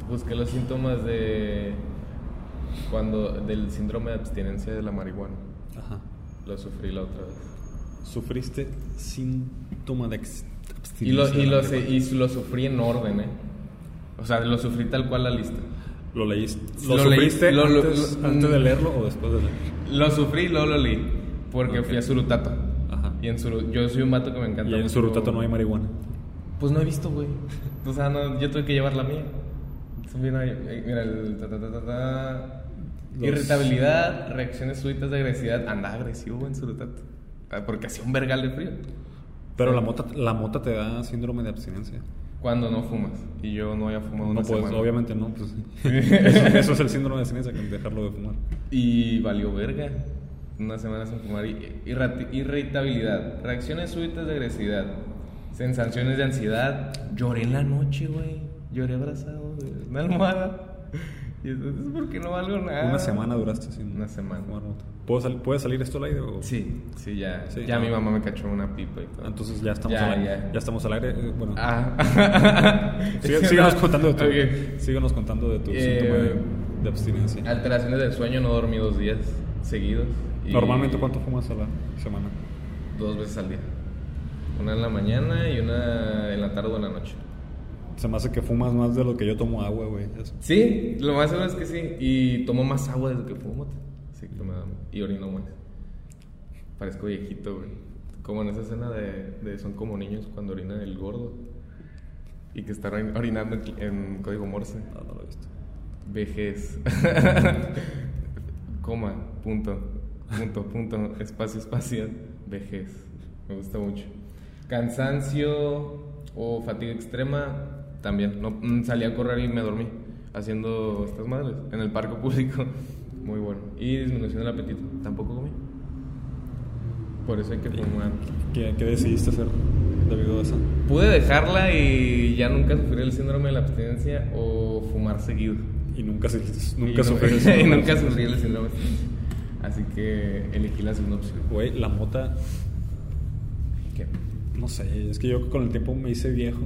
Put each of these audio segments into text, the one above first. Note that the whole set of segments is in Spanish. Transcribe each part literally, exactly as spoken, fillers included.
busqué los síntomas de cuando del síndrome de abstinencia de la marihuana. Ajá. Lo sufrí la otra vez. Sufriste síntoma de ex- Y lo, abstinencia. y, de lo, la se- marihuana. y lo sufrí en orden, ¿eh? O sea, lo sufrí tal cual la lista. ¿Lo leíste? ¿Lo, Lo sufriste leí- lo- lo- antes, lo- antes de leerlo o después de leerlo? Lo sufrí y luego lo leí. Porque Ok. fui a Surutato. Ajá. Y en Suru, yo soy un vato que me encanta Y en mucho- Surutato no hay marihuana. Pues no he visto, güey. O sea, no, yo tuve que llevar la mía. Son bien ahí- eh, Mira, el ta, ta, ta, ta, ta. Los- Irritabilidad, reacciones súbitas de agresividad. Andaba agresivo en Surutato. Ah, Porque hacía un vergal de frío. Pero Sí. la mota, la mota te da síndrome de abstinencia. Cuando no fumas. Y yo no había fumado una No puedes, semana. obviamente no. Pues, eso, eso es el síndrome de abstinencia, que dejarlo de fumar. Y valió verga. Una semana sin fumar. Y- irrati- Irritabilidad, reacciones súbitas de agresividad, sensaciones de ansiedad. Lloré en la noche, güey. Lloré abrazado de una almohada. Y entonces, ¿por qué no valgo nada? Una semana duraste sin Una semana. fumar mota. ¿Puedo sal- ¿Puede salir esto al aire? O? Sí, sí, ya. Sí, ya ah. mi mamá me cachó una pipa y todo. Entonces ya estamos Ya, al aire. ya. Ya. estamos al aire. eh, Bueno, Ah. sigue- síguenos contando de tu, Ok. síguenos contando de tu Eh, síntoma de, de abstinencia. Alteraciones del sueño, no dormí dos días seguidos. Y Normalmente, ¿cuánto fumas a la semana? Dos veces al día. Una en la mañana y una en la tarde o en la noche. Se me hace que fumas más de lo que yo tomo agua, güey. Eso. Sí, lo más seguro es que sí. Y tomo más agua desde que fumo. Sí, que me da- y orino más. Parezco viejito, güey. Como en esa escena de, de Son como niños cuando orina el gordo. Y que está orin- orinando en, en código Morse. No, no lo he visto. Vejez. Coma, punto, punto, punto, espacio, espacio, vejez. Me gusta mucho. Cansancio o fatiga extrema, también. No, mm, salí a correr y me dormí haciendo estas madres en el parque público. Muy bueno. Y disminución del apetito. Tampoco comí. Por eso hay que fumar. ¿Qué, qué decidiste hacer debido a eso? Pude dejarla y ya nunca sufrí el síndrome de la abstinencia o fumar seguido. Y nunca, se- Y nunca no- sufrí el y síndrome. nunca sufrí el síndrome de abstinencia. Así que elegí la segunda opción. Güey, la mota, ¿Qué? no sé, es que yo con el tiempo me hice viejo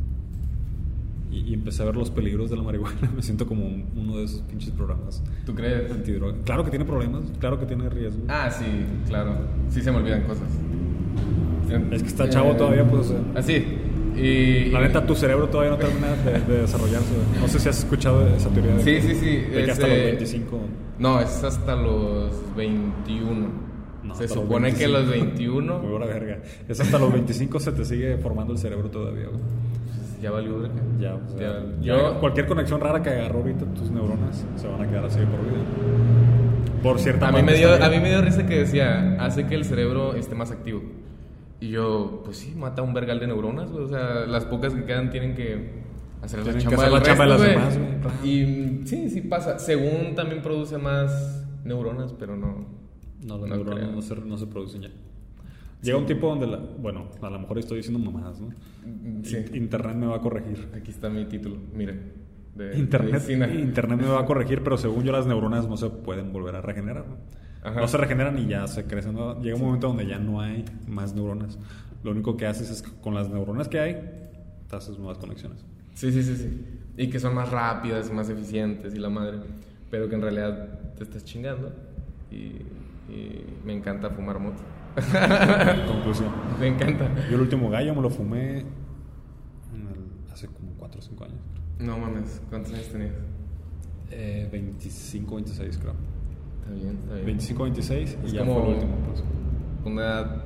y, y empecé a ver los peligros de la marihuana. Me siento como un- uno de esos pinches programas ¿Tú crees? antidroga. Claro que tiene problemas, claro que tiene riesgos. Ah, sí, claro. Sí se me olvidan cosas. Es que está chavo todavía, pues, o sea. Así. Y... La neta, tu cerebro todavía no termina de, de desarrollarse. No sé si has escuchado esa teoría de, Sí, sí, sí. de que hasta ese- los veinticinco. No, es hasta los veintiuno. No, se hasta los supone que veinticinco. los veintiuno... Muy buena verga. Es hasta los veinticinco se te sigue formando el cerebro todavía, güey. Ya valió verga. Ya, o sea, Ya, ya yo... cualquier conexión rara que agarró ahorita tus neuronas se van a quedar así de por vida. Por cierta A mí, parte me dio, está a bien. mí me dio risa que decía, hace que el cerebro esté más activo. Y yo, pues sí, mata un vergal de neuronas, güey. O sea, las pocas que quedan tienen que hacer la Tienen que chamba, hacer del la chamba de resto, las güey. demás, güey, claro. Y mm, sí, sí pasa. Según también produce más neuronas, pero no. No, las no neuronas creo. no se, no se producen ya. Llega un tiempo donde, la, bueno, a lo mejor estoy diciendo mamadas, ¿no? Mm, Sí. In- Internet me va a corregir. Aquí está mi título, mire. De Internet, medicina. Internet me va a corregir, pero según yo las neuronas no se pueden volver a regenerar, ¿no? Ajá. No se regeneran y ya se crecen, ¿no? Llega un momento donde ya no hay más neuronas. Lo único que haces es que con las neuronas que hay, te haces nuevas conexiones. Sí, sí, sí, sí. Y que son más rápidas, más eficientes y la madre. Pero que en realidad te estás chingando. Y, y me encanta fumar moto. Conclusión. Me encanta. Yo el último gallo me lo fumé en el- hace como cuatro o cinco años. No mames, ¿cuántos años tenías? Eh, veinticinco, veintiséis creo. Está bien, está bien. veinticinco, veintiséis y Es ya como- fue el último, pues. Una edad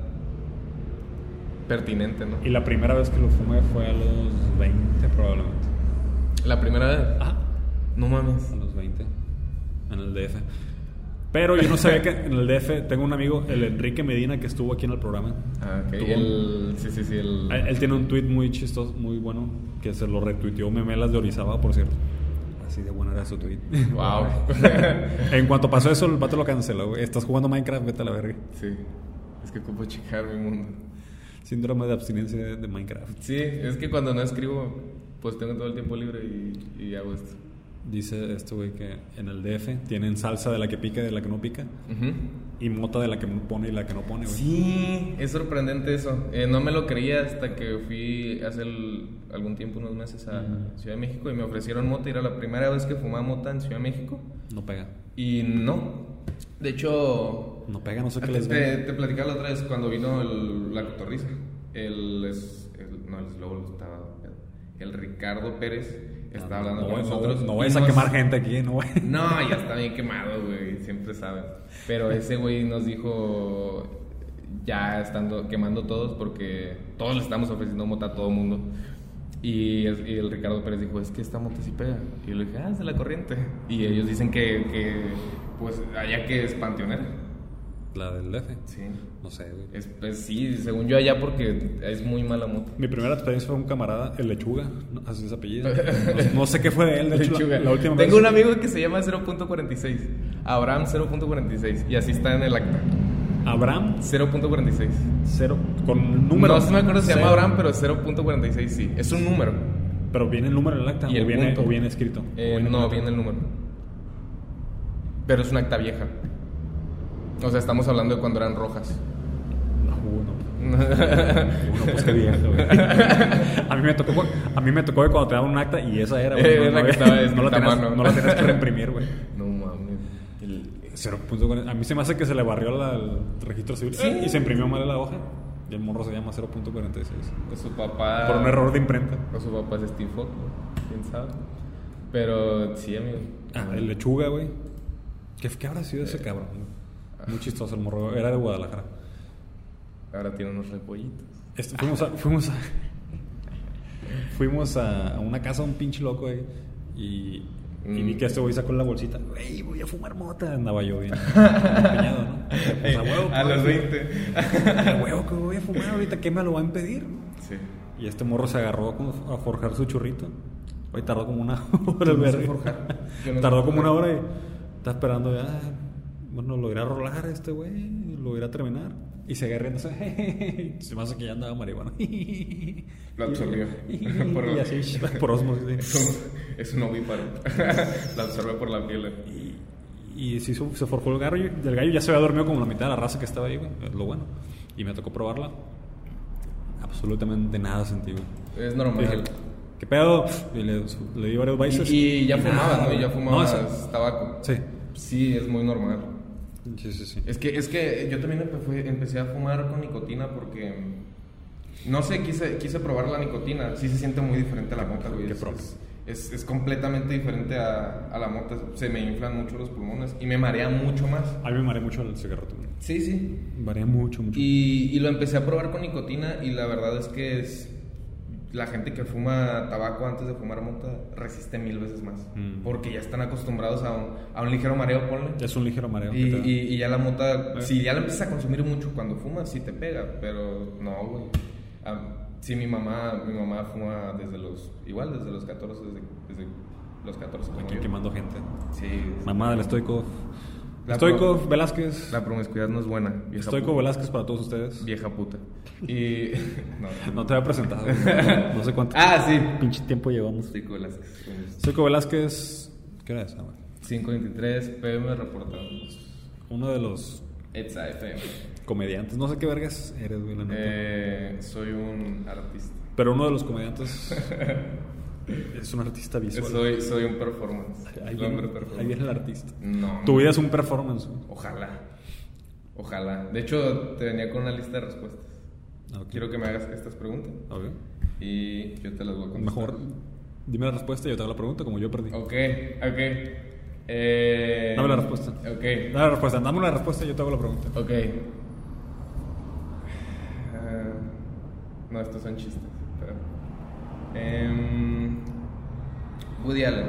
pertinente, ¿no? Y la primera vez que lo fumé fue a los veinte probablemente. La primera vez. Ah, No mames. a los veinte. En el D F. Pero yo no sabía que en el D F tengo un amigo, el Enrique Medina, que estuvo aquí en el programa. Ah, ok. Tuvo- El, sí, sí, sí. El, Él, él tiene un tweet muy chistoso, muy bueno, que se lo retuiteó Memelas de Orizaba, por cierto. Así de bueno era su tweet. Wow. En cuanto pasó eso, el vato lo canceló, güey. Estás jugando Minecraft, vete a la verga. Sí. Es que ocupo checar mi mundo. Síndrome de abstinencia de, de Minecraft. Sí, es que cuando no escribo, pues tengo todo el tiempo libre y, y hago esto. Dice este güey que en el D F tienen salsa de la que pica y de la que no pica. Uh-huh. Y mota de la que pone y la que no pone, güey. Sí, es sorprendente eso. Eh, no me lo creía hasta que fui hace el, algún tiempo, unos meses, a uh-huh. Ciudad de México y me ofrecieron mota. Y era la primera vez que fumaba mota en Ciudad de México. No pega. Y no. De hecho... No pega, no sé qué les Te, te platicaba la otra vez cuando vino el, la cotorriza. El, es, el... No, el Slow estaba... El Ricardo Pérez... Está hablando no, con no, nosotros. No, no vayas a quemar gente aquí, ¿no, güey? No, ya está bien quemado, güey. Siempre saben. Pero ese güey nos dijo, ya estando quemando todos, porque todos le estamos ofreciendo mota a todo mundo. Y el, y el Ricardo Pérez dijo, es que esta mota sí pega. Y yo le dije, ah, es de la corriente. Y ellos dicen que, que pues, allá que es panteonera. ¿La del D F? Sí. No sé, güey. Es, pues, sí, según yo allá porque es muy mala moto. Mi primera experiencia fue un camarada, el Lechuga, así es apellido. No, no sé qué fue de él, de hecho, la, la última Tengo vez. un amigo que se llama cero punto cuarenta y seis. Abraham cero punto cuarenta y seis. Y así está en el acta. ¿Abraham? cero punto cuarenta y seis. Cero, con número. No sé, me acuerdo si se llama Abraham, pero cero punto cuarenta y seis sí. Es un número. ¿Pero viene el número en el acta ¿Y o, el viene, punto? o viene escrito? Eh, viene no, viene el número. Pero es una acta vieja. O sea, estamos hablando de cuando eran rojas. No, no. Uno, pues qué vieja, güey. A mí me tocó, a mí me tocó que cuando te daban un acta y esa era, güey. Eh, no, la no, que estaba no, la tenías, mano. no la tenías que reimprimir, güey. No mames. El cero punto cuarenta. A mí se me hace que se le barrió la, el registro civil ¿Sí? y se imprimió mal la hoja. Y el morro se llama cero punto cuarenta y seis. Pues su papá... Por un error de imprenta. O su papá es Steve Fox, quién sabe. Pero sí, amigo. Ah, el Lechuga, güey. ¿Qué, ¿Qué habrá sido ese cabrón? Muy chistoso el morro. Era de Guadalajara. Ahora tiene unos repollitos. Este, fuimos a... Fuimos a, fuimos a, a una casa de un pinche loco, güey. Y... Y vi que este güey sacó la bolsita. Güey, voy a fumar mota. Andaba yo bien empeñado, ¿no? Pues, a huevo, a los veinte. A huevo que voy a fumar ahorita. ¿Qué me lo va a impedir? Sí. Y este morro se agarró a forjar su churrito. Hoy tardó como una hora el verga. No tardó como una hora y está esperando ya. Bueno, lo irá a rolar este güey. Lo irá a terminar. Y se agarró. Se me hace que ya andaba marihuana. Lo absorbió. por y así, por osmosis. Es, es un ovíparo. Lo absorbe por la piel. Y, y sí, se forjó el gallo. El gallo ya se había dormido como la mitad de la raza que estaba ahí, güey. Es lo bueno. Y me tocó probarla. Absolutamente nada sentido. Es normal. Dije, ¿qué pedo? Y le, le di varios bailes. Y, y ya fumabas, ¿no? Y ya fumabas no, tabaco. Sí. Sí, es muy normal. Sí, sí, sí. Es que, es que yo también empecé, empecé a fumar con nicotina porque... No sé, quise, quise probar la nicotina. Sí se siente muy diferente a la mota, güey. Es, es, es, es completamente diferente a, a la mota. Se me inflan mucho los pulmones y me marea mucho más. A mí me marea mucho el cigarro también. Sí, sí. Marea mucho, mucho. Y, y lo empecé a probar con nicotina y la verdad es que es... La gente que fuma tabaco antes de fumar mota resiste mil veces más. Mm. Porque ya están acostumbrados a un, a un ligero mareo, ponle. Es un ligero mareo. Y, y, y ya la mota, ¿eh? Si ya la empiezas a consumir mucho cuando fumas, sí te pega. Pero no, güey. Ah, sí, mi mamá, mi mamá fuma desde los... Igual, desde los catorce, desde, desde los catorce. Aquí quemando gente. Sí. Mamá del Stoikov. La Stoikov, pro, Velázquez. La promiscuidad no es buena. Stoikov, Velázquez para todos ustedes. Vieja puta. Y... no, no te había presentado. No, no sé cuánto. Ah, sí. Pinche tiempo llevamos. Stoikov Velázquez. Stoikov Velázquez. ¿Qué hora es? Ah, cinco veintitrés P M reportamos. Uno de los... Etza F M. Comediantes. No sé qué vergas eres, güey, la neta. Eh, soy un artista. Pero uno de los comediantes... Es un artista visual. Soy, soy un performance. Ahí viene, performance. Ahí viene el artista. No. Tu vida es un performance. Ojalá. Ojalá. De hecho, te venía con una lista de respuestas. Okay. Quiero que me hagas estas preguntas. Okay. Y yo te las voy a contestar. Mejor dime la respuesta y yo te hago la pregunta, como yo perdí. Ok, ok. Eh... Dame la respuesta. Ok. Dame la respuesta. Dame la respuesta y yo te hago la pregunta. Ok. Uh, no, estos son chistes. Pero... Um, Woody Allen.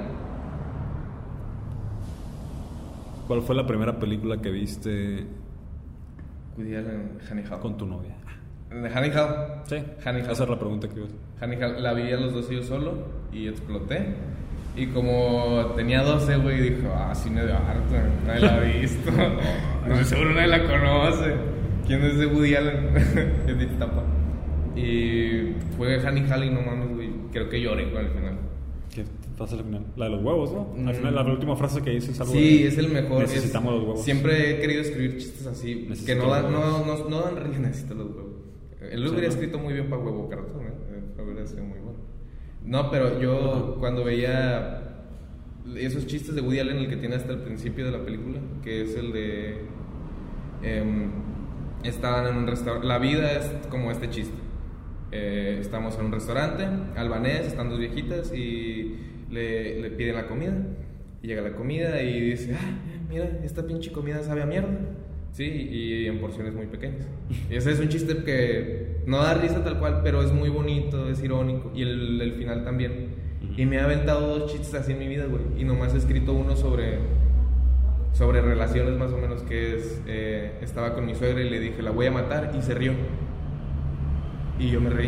¿Cuál fue la primera película que viste? Woody Allen, Honey Hall. Con tu novia. ¿Honey Hall? Sí. Honey Hall. Esa es la pregunta que iba a hacer. Honey Hall, la vi a los doce yo solo y exploté. Y como tenía doce, güey, dijo, ah, cine de arte, nadie la ha visto. No, seguro nadie la conoce. ¿Quién es de Woody Allen? Es de Iztapa. Y fue Honey Hall y no mames, güey. Creo que lloré con el final. ¿Qué? frase al final. La de los huevos, ¿no? Mm. Al final, la última frase que dice es algo Sí, de, es el mejor. Necesitamos es, los huevos. Siempre he querido escribir chistes así. Necesito que no dan, no, no, no dan risa, necesito los huevos. Él lo sí, hubiera ¿no? escrito muy bien para huevo cartón, ¿eh? Hubiera sido muy bueno. No, pero yo uh-huh. cuando veía esos chistes de Woody Allen, el que tiene hasta el principio de la película, que es el de... Eh, estaban en un restaurante. La vida es como este chiste. Eh, estamos en un restaurante albanés, están dos viejitas y le, le piden la comida. Y llega la comida y dice: ah, mira, esta pinche comida sabe a mierda. Sí, y en porciones muy pequeñas. Y ese es un chiste que no da risa tal cual, pero es muy bonito, es irónico. Y el, el final también. Uh-huh. Y me ha aventado dos chistes así en mi vida, güey. Y nomás he escrito uno sobre, sobre relaciones más o menos, que es... Eh, estaba con mi suegra y le dije, la voy a matar, y se rió. Y yo me reí.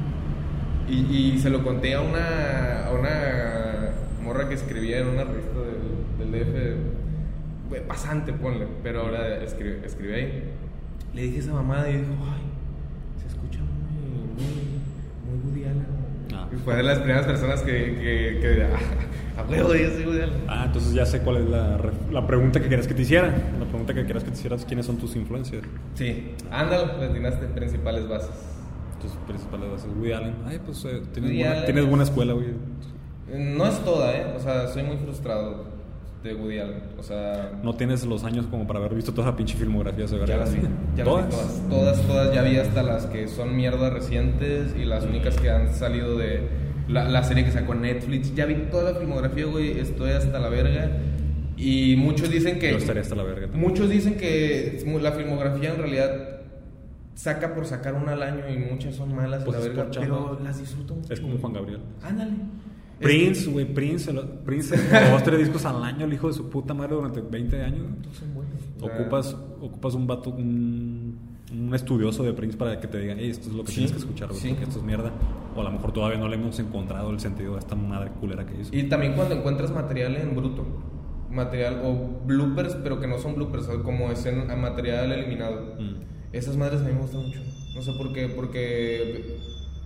Y, y se lo conté a una, a una morra que escribía en una revista del, del D F... Wey, pasante, ponle, pero ahora escribe, escribe ahí. Le dije esa mamada y dijo, ay, se escucha muy, muy, muy Woody Allen. Ah. Y fue de las primeras personas que, que, que ah, a huevo, yo soy Woody Allen. Ah, entonces ya sé cuál es la, la pregunta que querías que te hiciera. La pregunta que querías que te hicieras, ¿quiénes son tus influencias? Sí, ándalo, le tiraste principales bases. Tus principales bases, Woody Allen. Ay, pues eh, tienes, buena, tienes buena escuela, güey. No es toda, ¿eh? O sea, soy muy frustrado de Woody Allen, o sea... No tienes los años como para haber visto toda esa pinche filmografía, ¿se ya las vi, ya ¿Todas? Las vi todas, todas, todas, ya vi hasta las que son mierdas recientes y las únicas que han salido de la, la serie que sacó Netflix, ya vi toda la filmografía, güey, estoy hasta la verga y muchos dicen que... Yo estaría hasta la verga también. Muchos dicen que la filmografía en realidad saca por sacar una al año y muchas son malas, pues la verga, pero las disfruto mucho. Es como Juan Gabriel. Ándale. Prince, güey, Prince, Prince, dos, tres discos al año, el hijo de su puta madre durante veinte años. Son buenos. Ocupas, ocupas un vato, un, un estudioso de Prince para que te diga, hey, esto es lo que sí, tienes que escuchar, güey, sí. Porque esto es mierda. O a lo mejor todavía no le hemos encontrado el sentido a esta madre culera que hizo. Y también cuando encuentras material en bruto, material o bloopers, pero que no son bloopers, como es en material eliminado. Mm. Esas madres a mí me gustan mucho. No sé por qué, porque...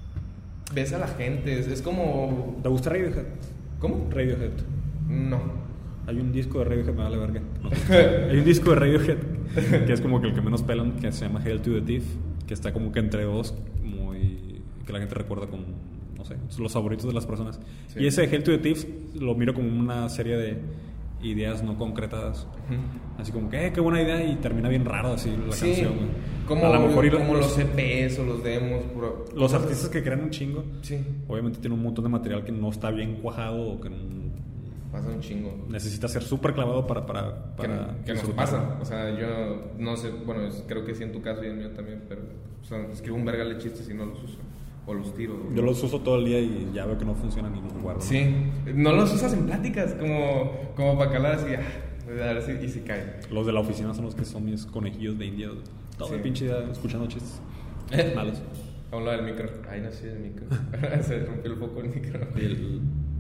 ves a la gente, es, es como... ¿Te gusta Radiohead? ¿Cómo? Radiohead. No. Hay un disco de Radiohead, me vale verga. No. Hay un disco de Radiohead que es como que el que menos pelan, que se llama Hail to the Thief, que está como que entre dos, muy... que la gente recuerda como, no sé, los favoritos de las personas. Sí. Y ese Hail to the Thief lo miro como una serie de ideas no concretadas. Uh-huh. Así como que, eh, qué buena idea, y termina bien raro así la sí. canción, güey. Como, a lo mejor como los, los E Pes o los demos. Bro. Los artistas que crean un chingo, sí. obviamente tienen un montón de material que no está bien cuajado o que no, pasa un chingo. Necesita ser súper clavado para... para, para que, que nos pasa. O sea, yo no sé, bueno, creo que sí en tu caso y en el mío también, pero o sea, escribo un verga de chistes y no los uso. O los tiro. Yo los uso todo el día y ya veo que no funcionan y los guardo. Sí, no los usas en pláticas como, como para calar así, ah, a ver si, y si cae. Los de la oficina son los que son mis conejillos de India. Todo sí. el pinche día escuchando chistes malos. A un lado del micro. Ay, no sé, el micro. Se rompió el foco el micro. El...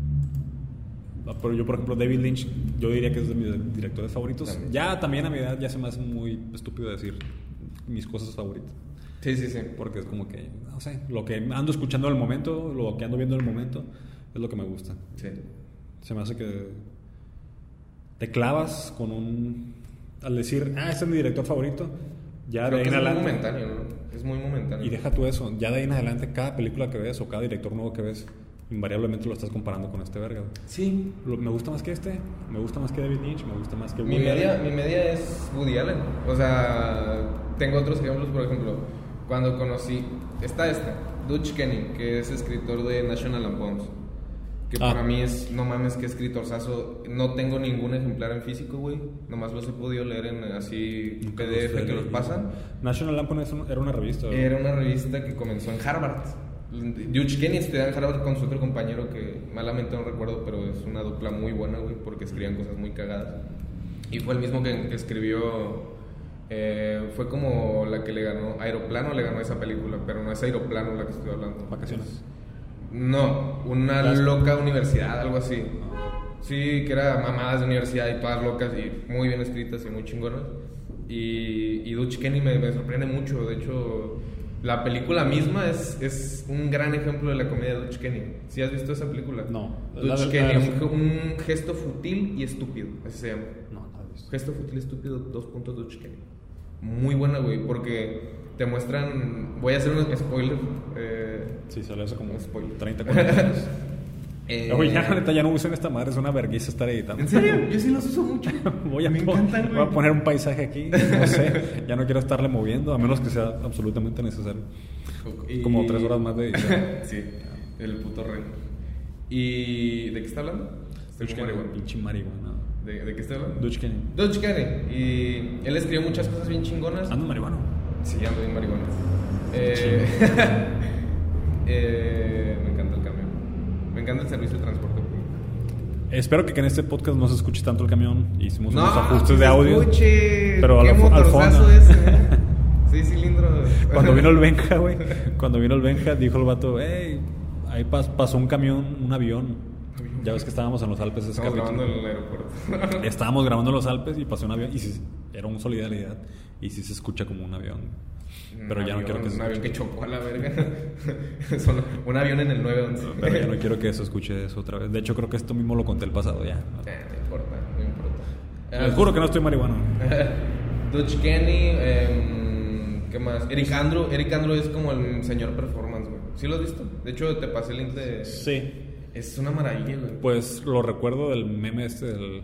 Pero yo, por ejemplo, David Lynch, yo diría que es de mis directores favoritos. También. Ya también a mi edad ya se me hace muy estúpido decir mis cosas favoritas. Sí, sí, sí. Porque es como que, no sé, lo que ando escuchando en el momento, lo que ando viendo en el momento, es lo que me gusta. Sí. Se me hace que te clavas con un... Al decir, ah, este es mi director favorito, ya Creo de ahí en adelante... Es muy momentáneo, ¿no? Es muy momentáneo. Y deja tú eso, ya de ahí en adelante, cada película que ves o cada director nuevo que ves, invariablemente lo estás comparando con este verga. Sí. Lo, me gusta más que este, me gusta más que David Lynch, me gusta más que... Mi media, mi media es Woody Allen. O sea, tengo otros ejemplos, por ejemplo... Cuando conocí, está esta, Dutch Kenny, que es escritor de National Lampoons, que ah. para mí es, no mames, que escritorzazo. No tengo ningún ejemplar en físico, güey, nomás los he podido leer en así P D F que los pasan. National Lampoons era una revista, ¿verdad? Era una revista que comenzó en Harvard. Dutch Kenny estudiaba en Harvard con su otro compañero que malamente no recuerdo, pero es una dupla muy buena, güey, porque escribían cosas muy cagadas. Y fue el mismo que, que escribió... Eh, fue como la que le ganó Aeroplano, le ganó esa película, pero no es Aeroplano la que estoy hablando. ¿Vacaciones? No, una Las... loca universidad, algo así. Sí, que era mamadas de universidad y todas locas y muy bien escritas y muy chingonas. Y, y Dutch Kenny me, me sorprende mucho. De hecho, La película misma es, es un gran ejemplo de la comedia de Dutch Kenny. ¿Sí has visto esa película? No. Dutch Kenny, un, un gesto fútil y estúpido, así se llama. No, no he visto. Gesto fútil y estúpido, dos puntos Dutch Kenny. Muy buena, güey, porque te muestran... Voy a hacer un spoiler. Eh, sí, sale hace como spoiler. treinta, cuarenta años. Eh, Oye, ya, neta, ya no usan esta madre, es una vergüenza estar editando. ¿En serio? Yo sí los uso mucho. voy a Me encantan, güey. Voy a poner un paisaje aquí, no sé, ya no quiero estarle moviendo, a menos que sea absolutamente necesario. Y... Como tres horas más de edición. Sí, el puto rey. ¿Y de qué está hablando? Dutch Kenny, pinche marihuana. ¿De, ¿De qué está hablando? Dutch Kenny. Dutch Kenny. Y él escribió muchas cosas bien chingonas. ¿Ando marihuano? Sí, ando bien marihuana. Eh, eh, me encanta el camión. Me encanta el servicio de transporte público. Espero que, que en este podcast no se escuche tanto el camión. Hicimos no, unos ajustes de audio. Escuche. Pero ¿Qué al, al fondo. Ese, eh? Sí, cilindro. Cuando vino el Benja, güey. Cuando vino el Benja, dijo el vato, hey, ahí pas, pasó un camión, un avión. Ya ves que estábamos en los Alpes. Estábamos grabando en el aeropuerto. Estábamos grabando en los Alpes y pasó un avión. Y sí, era un Solidaridad. Y sí se escucha como un avión. Pero un ya avión, no quiero que se Un escuche. avión que chocó a la verga. Un avión en el nueve once. No, pero ya no quiero que se escuche eso otra vez. De hecho, creo que esto mismo lo conté el pasado ya. Eh, no importa, no importa. Les juro que no estoy marihuano. Dutch Kenny, eh, ¿qué más? Eric Andrew. Eric Andrew es como el señor performance, güey. ¿Sí lo has visto? De hecho, te pasé el link de... Sí. Es una maravilla, güey. Pues lo recuerdo del meme este del...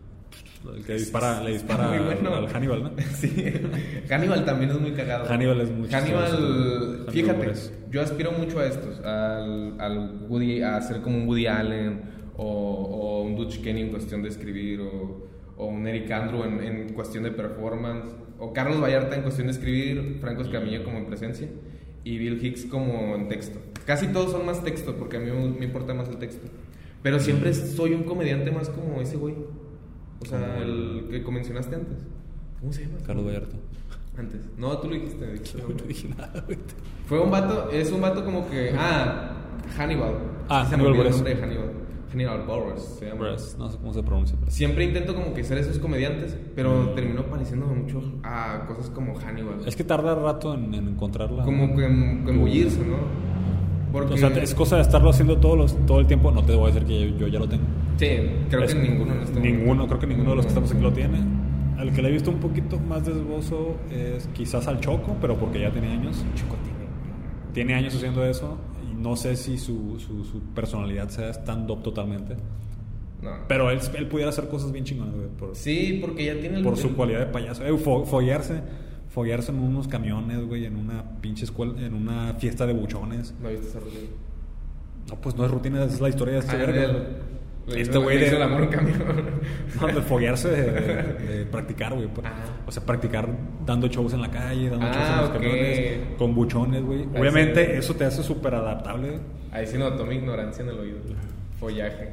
El que dispara, le dispara bueno. al, al Hannibal, ¿no? Sí. Hannibal también es muy cagado. Hannibal es muy Hannibal, chistoso. Fíjate, Hannibal yo aspiro mucho a estos, al, al Woody, a ser como un Woody Allen o, o un Dutch Kenny en cuestión de escribir o, o un Eric Andrew en, en cuestión de performance o Carlos Vallarta en cuestión de escribir, Franco Escamilla como en presencia y Bill Hicks como en texto. Casi todos son más texto porque a mí me, me importa más el texto. Pero siempre soy un comediante más como ese güey. O sea, el que mencionaste antes. ¿Cómo se llama? Carlos Vallarta. Antes. No, tú lo dijiste. dijiste Yo no dije nada, güey. Fue un vato, es un vato como que... Ah, Hannibal. Ah, sí, Hannibal se me olvidó el Buress. nombre de Hannibal. Hannibal Buress se llama. Buress, no sé cómo se pronuncia. Pero... Siempre intento como que ser esos comediantes, pero mm. termino pareciéndome mucho a cosas como Hannibal. Es que tarda rato en, en encontrarla. Como que en, embullirse, ¿no? Porque... O sea, es cosa de estarlo haciendo todos los, todo el tiempo. No te voy a decir que yo, yo ya lo tengo. Sí, creo es, que ninguno en este Ninguno, momento. creo que ninguno de los que estamos aquí lo tiene. Al que le he visto un poquito más de esbozo es quizás al Choco, pero porque ya tiene años. Choco tiene. Tiene años haciendo eso. Y no sé si su, su, su personalidad sea stand-up totalmente. No. Pero él, él pudiera hacer cosas bien chingonas, güey. Por, sí, porque ya tiene el... Por su cualidad de payaso. Eh, fo, follarse. Follarse en unos camiones, güey, en una pinche escuela, en una fiesta de buchones. ¿No viste esa rutina? No, pues no es rutina, es la historia de este ah, verga. El, este güey de... el amor en camión. No, de follarse, de, de, de practicar, güey. Ah. O sea, practicar dando shows en la calle, dando ah, shows en los okay. camiones, con buchones, güey. Obviamente sí. Eso te hace súper adaptable. Ahí sí noto mi ignorancia en el oído. Follaje.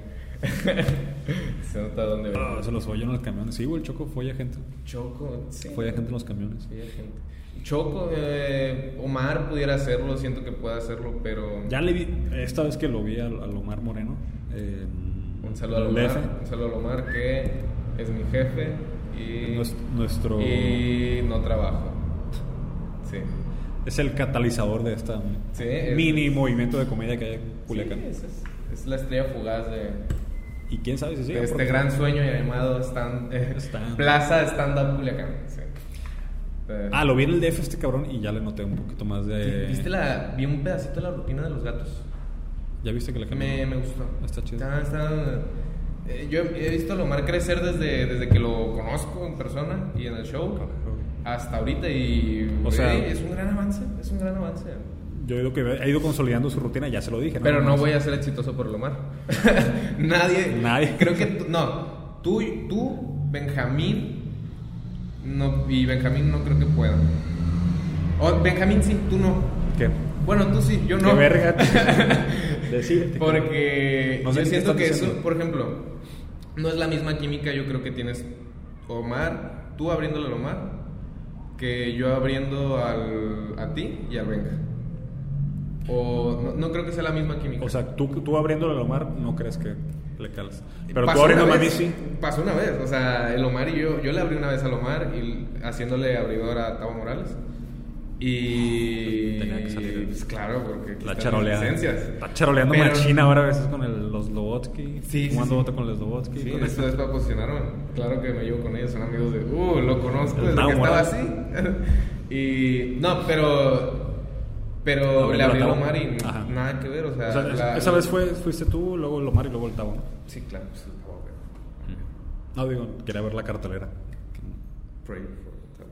Se nota dónde ven. Oh, se los follan en los camiones. Sí, güey, el Choco folla gente. Choco, sí. Folla gente en los camiones. Folla gente. Choco, eh, Omar pudiera hacerlo, siento que puede hacerlo, pero... Ya le vi, esta vez que lo vi al, al Omar Moreno. Eh, un saludo al Omar, un saludo al Omar que es mi jefe y... Nuestro... Y no trabajo. Sí. Es el catalizador de esta sí, mini es, movimiento de comedia que hay en Culiacán. Sí, es, es, es la estrella fugaz de... Y quién sabe si sigue. De este gran sueño llamado stand, eh, stand. Plaza Stand Up Culiacán. Sí. Ah, lo vi en el D F este cabrón y ya le noté un poquito más de... ¿Viste la... Vi un pedacito de la rutina de los gatos. ¿Ya viste que la cambió? Me, me gustó. Está chido. Está, está, eh, yo he visto a Lomar crecer desde, desde que lo conozco en persona y en el show okay. hasta ahorita y... O sea... Es un gran avance, es un gran avance. Yo he ido, que ha ido consolidando su rutina, ya se lo dije. ¿no? Pero no voy a ser exitoso por Lomar. Nadie... Nadie. Creo que... Tú, no. Tú, tú, Benjamín... No, y Benjamín no creo que pueda. O Benjamín sí, tú no. ¿Qué? Bueno, tú sí, yo no. Qué verga. Decídete. Porque no sé yo siento que diciendo. eso, por ejemplo, no es la misma química yo creo que tienes Omar, tú abriéndole al Omar, que yo abriendo al, a ti y al Benja. O no, no creo que sea la misma química. O sea, tú, tú abriéndole al Omar no crees que le calas. Pero pasó tú abriendo a mí sí. Pasó una vez, o sea, el Omar y yo, yo le abrí una vez al Omar y haciéndole abridor a Tavo Morales. Y... Tenía que salir. Pues claro, porque... La charoleada. Está charoleando pero... machina ahora a veces con el, los Lobotsky. Sí, jugando sí, sí. con los Lobotsky. Sí, con esto es para posicionarme. Claro que me llevo con ellos, son amigos de... Uh, lo conozco desde que estaba así. Y... No, pero... Pero no, le abrió Lomar y Ajá. nada que ver, o sea... O sea la, esa la... vez fue, fuiste tú, luego Lomar y luego el Tavo. Sí, claro. Pues, no, digo, quería ver la cartelera. Pray for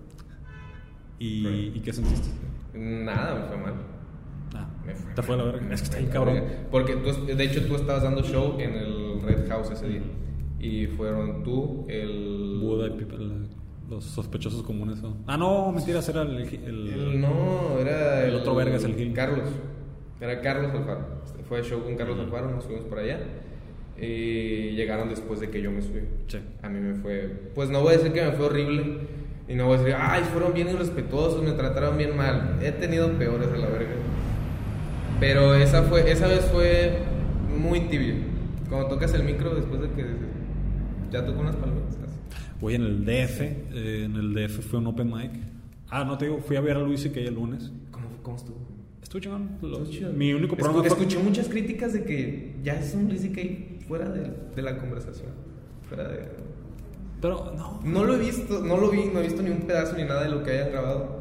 ¿Y, Pray. ¿Y qué sentiste? Nada, me fue mal. Ah, me fue te fue la verga. Es que está bien cabrón. Porque tú, de hecho tú estabas dando show en el Red House ese día. Y fueron tú, el... Buda y Pipe, los sospechosos comunes. ¿No? Ah, no, mentiras, era el... el, el no, era... El, el otro verga es el Gil. Carlos. Era Carlos Alfaro. Fue el show con Carlos Alfaro, nos fuimos por allá. Y llegaron después de que yo me subí. Sí. A mí me fue... Pues no voy a decir que me fue horrible. Y no voy a decir, ay, fueron bien irrespetuosos, me trataron bien mal. He tenido peores a la verga. Pero esa fue esa vez fue muy tibio. Cuando tocas el micro después de que ya tocó unas palomitas. Güey, en el D F, eh, en el D F fue un open mic. Ah, no te digo, fui a ver a Luis y que el lunes. ¿Cómo, cómo estuvo? Estuvo chingón. Estuvo chido. Mi único problema Escu- fue... Escuché muchas críticas de que ya es un Luis y que fuera de, de la conversación. Fuera de... Pero no. No lo he visto, no lo vi, no he visto ni un pedazo ni nada de lo que hayan grabado.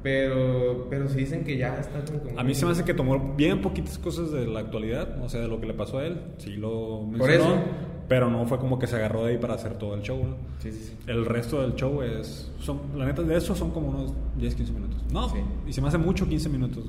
Pero, pero sí dicen que ya está como... como a mí se me hace que tomó bien poquitas cosas de la actualidad, o sea, de lo que le pasó a él. Sí lo mencionó. Por eso. Pero no fue como que se agarró de ahí para hacer todo el show, ¿no? Sí, sí, sí. El resto del show es... Son, la neta, de eso son como unos diez, quince minutos. No, sí. Y se me hace mucho quince minutos.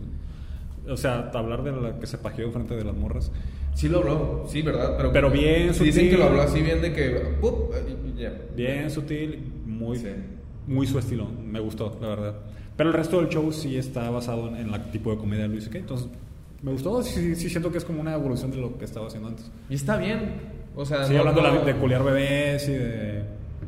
O sea, hablar de la que se pajeó enfrente de las morras. Sí lo habló, sí, ¿verdad? Pero, pero bien sutil. Dicen que lo habló así bien de que... ¡pup! Yeah. Bien sutil, muy, sí. muy su estilo. Me gustó, la verdad. Pero el resto del show sí está basado en, en el tipo de comedia de Luis C K. Entonces, me gustó. Sí, sí siento que es como una evolución de lo que estaba haciendo antes. Y está bien. O sea, sí, no, hablando no... de culiar bebés y de...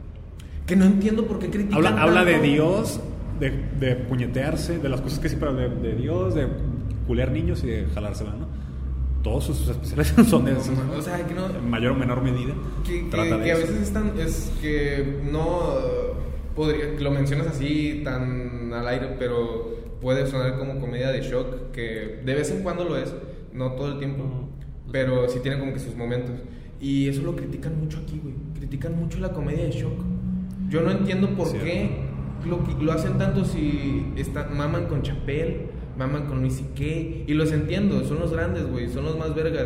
Que no entiendo por qué critican Habla, tanto. habla de Dios, de, de puñetearse, de las cosas que sí, pero de, de Dios, de culiar niños y de jalársela, ¿no? Todos sus especiales son de eso, ¿no? O sea, que no... En mayor o menor medida. Que, trata que, de que a eso. veces están... Es que no... Podría, lo mencionas así, tan al aire, pero puede sonar como comedia de shock, que de vez en cuando lo es, no todo el tiempo, no, no pero sí tiene como que sus momentos. Y eso lo critican mucho aquí, güey. Critican mucho la comedia de shock. Yo no entiendo por sí, qué lo, lo hacen tanto si están, maman con Chappelle, maman con Luis C K, y los entiendo, son los grandes, güey, son los más vergas.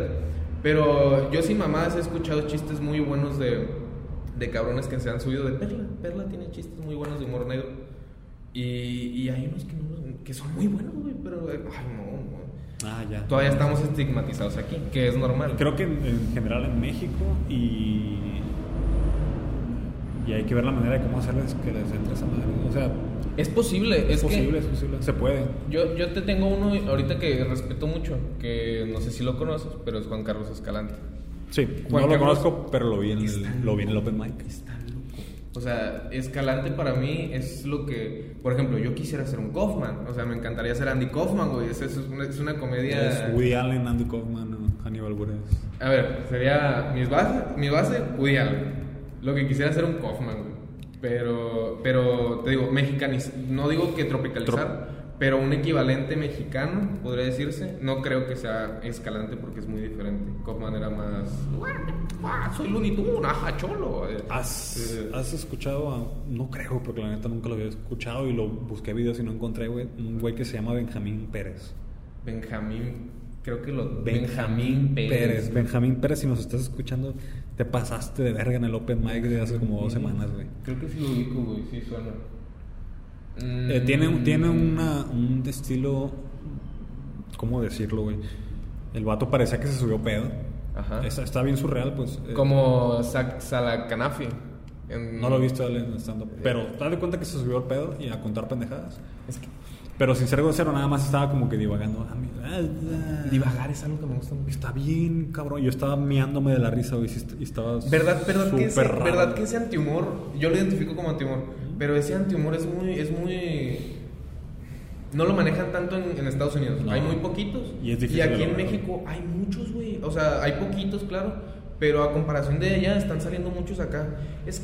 Pero yo sin mamás he escuchado chistes muy buenos de, de cabrones que se han subido de Perla. Perla tiene chistes muy buenos de humor negro. Y, y hay unos que, no, que son muy buenos, güey, pero... Ay, no, no. Ah, ya. Todavía estamos estigmatizados aquí, que es normal. Creo que en, en general en México y... Y hay que ver la manera de cómo hacerles que les entre esa madre. O sea... Es posible, es, es posible, que es posible, se puede. Yo, yo te tengo uno ahorita que respeto mucho, que no sé si lo conoces, pero es Juan Carlos Escalante. Sí, Juan no Carlos, lo conozco, pero lo vi en el, lo vi en el Open Mic. Está loco. O sea, Escalante para mí es lo que... Por ejemplo, yo quisiera ser un Kaufman. O sea, me encantaría ser Andy Kaufman, güey. Es, es, una, es una comedia... Es Woody Allen, Andy Kaufman, Hannibal Buress. A ver, sería... Mi base, mi base Woody Allen. Lo que quisiera ser un Kaufman, güey. Pero, pero te digo, mexicaniz... No digo que tropicalizar, Trop... pero un equivalente mexicano, podría decirse. No creo que sea Escalante porque es muy diferente. Kaufman era más... Ah, soy Looney Tunes, ajá, cholo. ¿Has, eh, ¿Has escuchado a... No creo, porque la neta nunca lo había escuchado y lo busqué videos y no encontré, güey. Un güey que se llama Benjamín Pérez. Benjamín... Creo que lo... Benjamín Pérez. Pérez. Benjamín Pérez, si nos estás escuchando, te pasaste de verga en el Open Mic de hace como dos semanas, güey. Creo que sí lo ubico, güey. Sí suena. Mm. Eh, tiene tiene una, un estilo... ¿Cómo decirlo, güey? El vato parecía que se subió pedo. Ajá. Está, está bien surreal, pues. Eh, como Salacanafi. En... No lo he visto él en stand-up. Pero date cuenta que se subió el pedo y a contar pendejadas. Es que... Pero sin ser grosero, nada más estaba como que divagando. Divagar es algo que me gusta mucho. Está bien, cabrón. Yo estaba miándome de la risa, güey. Y estaba ¿Verdad, verdad, que ese, raro. ¿Verdad que ese antihumor, yo lo identifico como antihumor, pero ese antihumor es muy... Es muy... No lo manejan tanto en, en Estados Unidos. No. Hay muy poquitos. Y, es y aquí en México hay muchos, güey. O sea, hay poquitos, claro. Pero a comparación de ella, están saliendo muchos acá.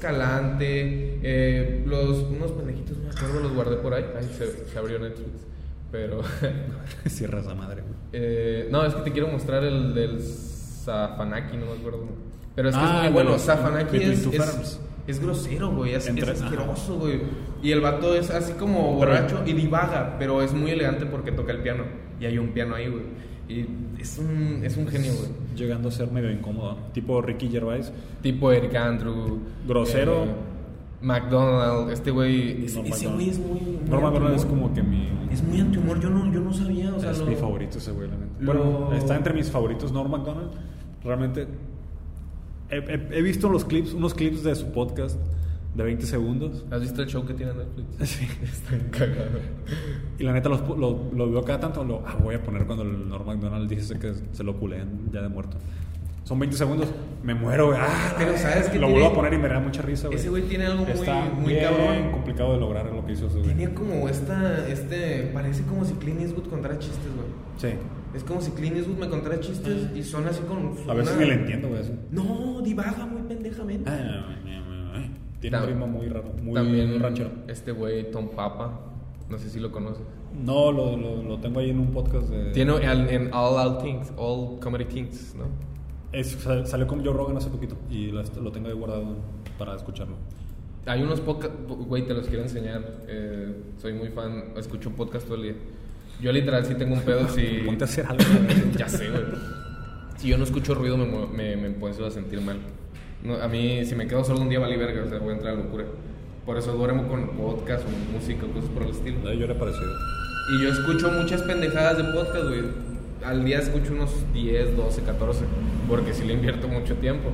Escalante, eh, los, unos pendejitos, no me acuerdo, los guardé por ahí. Ahí se, se abrió Netflix. Pero... Cierra esa madre, güey. Eh, no, es que te quiero mostrar el del Safanaki, no me acuerdo. Pero es que ah, es muy bueno. Safanaki es, es, es grosero, güey. Es, es asqueroso, güey. Y el vato es así como borracho y divaga, pero es muy elegante porque toca el piano. Y hay un piano ahí, güey. Y es un, es un genio, güey. Llegando a ser medio incómodo. Tipo Ricky Gervais. Tipo Eric Andrew. Grosero. Eh, McDonald. Este güey. Ese, ese güey es muy. muy Norman McDonald es como que mi. Es muy antihumor. Yo no, yo no sabía. O sea, es lo, mi favorito ese güey, la neta. Lo... Bueno, está entre mis favoritos Norman McDonald. Realmente. He, he, he visto los clips, unos clips de su podcast de veinte segundos. ¿Has visto el show que tiene en Netflix? Sí. Está cagado. Y la neta, los, lo, lo veo cada tanto. Lo ah, voy a poner cuando el Norman McDonald dice que se lo culean ya de muerto. Son veinte segundos, me muero, güey. Ah, pero sabes que lo tiene, vuelvo a poner y me da mucha risa, güey. Ese güey tiene algo muy, Está muy bien cabrón. complicado de lograr lo que hizo ese güey. Tiene como esta, este, parece como si Clint Eastwood contara chistes, güey. Sí. Es como si Clint Eastwood me contara chistes y son así con... A veces una... ni le entiendo, güey, eso. No, divaga muy pendejamente. Ah, tiene un ritmo muy raro, muy también ranchero. Este güey, Tom Papa, no sé si lo conoces. No, lo, lo, lo tengo ahí en un podcast de... Tiene en, en All All Things, All Comedy Things, ¿no? Es, salió con Joe Rogan hace poquito y lo, lo tengo ahí guardado para escucharlo. Hay unos podcasts, güey, te los quiero enseñar. Eh, soy muy fan, escucho un podcast todo el día. Yo literal sí tengo un pedo si... Ponte a hacer algo. Ya sé, güey. Si yo no escucho ruido me, me, me empiezo a sentir mal. No, a mí, si me quedo solo un día, vale verga, o sea, voy a entrar a locura. Por eso duermo con podcast o música o cosas por el estilo. Yo era parecido. Y yo escucho muchas pendejadas de podcast, güey. Al día escucho unos diez, doce, catorce, porque sí le invierto mucho tiempo.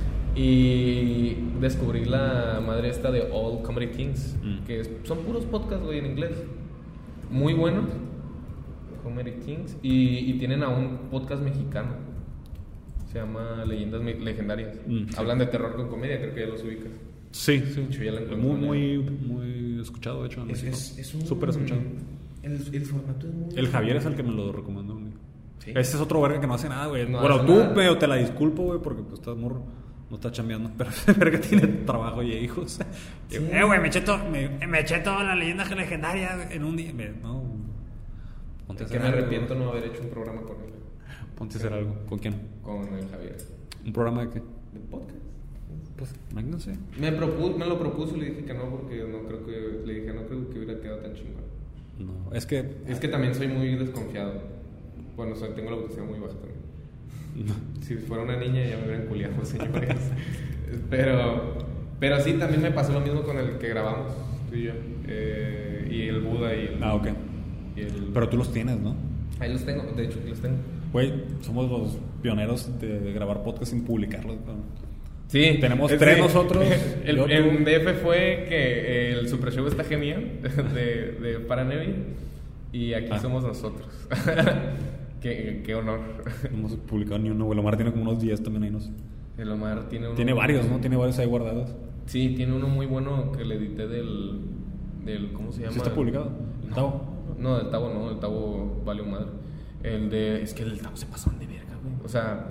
Y descubrí la madre esta de All Comedy Things, mm. que es, son puros podcasts, güey, en inglés. Muy buenos. Comedy Things. Y, y tienen a un podcast mexicano. Se llama Leyendas Legendarias. Mm, sí. Hablan de terror con comedia, creo que ya los ubicas. Sí, sí. Yo ya la muy, muy, muy escuchado, de hecho. Es, es, es un... Súper escuchado. El, el formato es muy... El Javier es el que me lo recomendó, güey. ¿Sí? Ese es otro verga que no hace nada, güey. No bueno, tú, nada. pero te la disculpo, güey, porque pues estás morro. No está chambeando, pero ese verga tiene trabajo y hijos. Sí. Eh, güey, me eché todo, me, me eché toda la leyenda legendaria en un día. Me, no. Ponte a hacer que me arrepiento no haber hecho un programa con él. Ponte a hacer algo. ¿Con quién? Con el Javier. ¿Un programa de qué? De podcast. Pues, no sé. Me, propu- me lo propuso y le dije que no, porque no creo que. Le dije, no creo que hubiera quedado tan chingón. No, es que. Es que también soy muy desconfiado. Bueno, o sea, tengo la autoestima muy baja también. No. Si fuera una niña ya me hubieran culiado, señores. pero, pero sí, también me pasó lo mismo con el que grabamos, tú y yo. Eh, y el Buda y el... Ah, ok. Y el... Pero tú los tienes, ¿no? Ahí los tengo, de hecho, los tengo. Güey, somos los pioneros de, de grabar podcast sin publicarlos, ¿no? Sí. Tenemos tres sí. nosotros. el, en D F fue que el Super Show está genial, de, de Paranevi, y aquí ah. somos nosotros. Qué, qué honor. No hemos publicado ni uno, güey. El Omar tiene como unos diez también ahí, no sé. El Omar tiene uno. Tiene varios, ¿no? Tiene varios ahí guardados. Sí, tiene uno muy bueno que le edité del. del ¿Cómo se llama? ¿Sí está publicado? ¿El Tavo? No, no, del Tavo no. El Tavo vale un madre. El de. Es que el Tavo se pasó de verga, güey. O sea.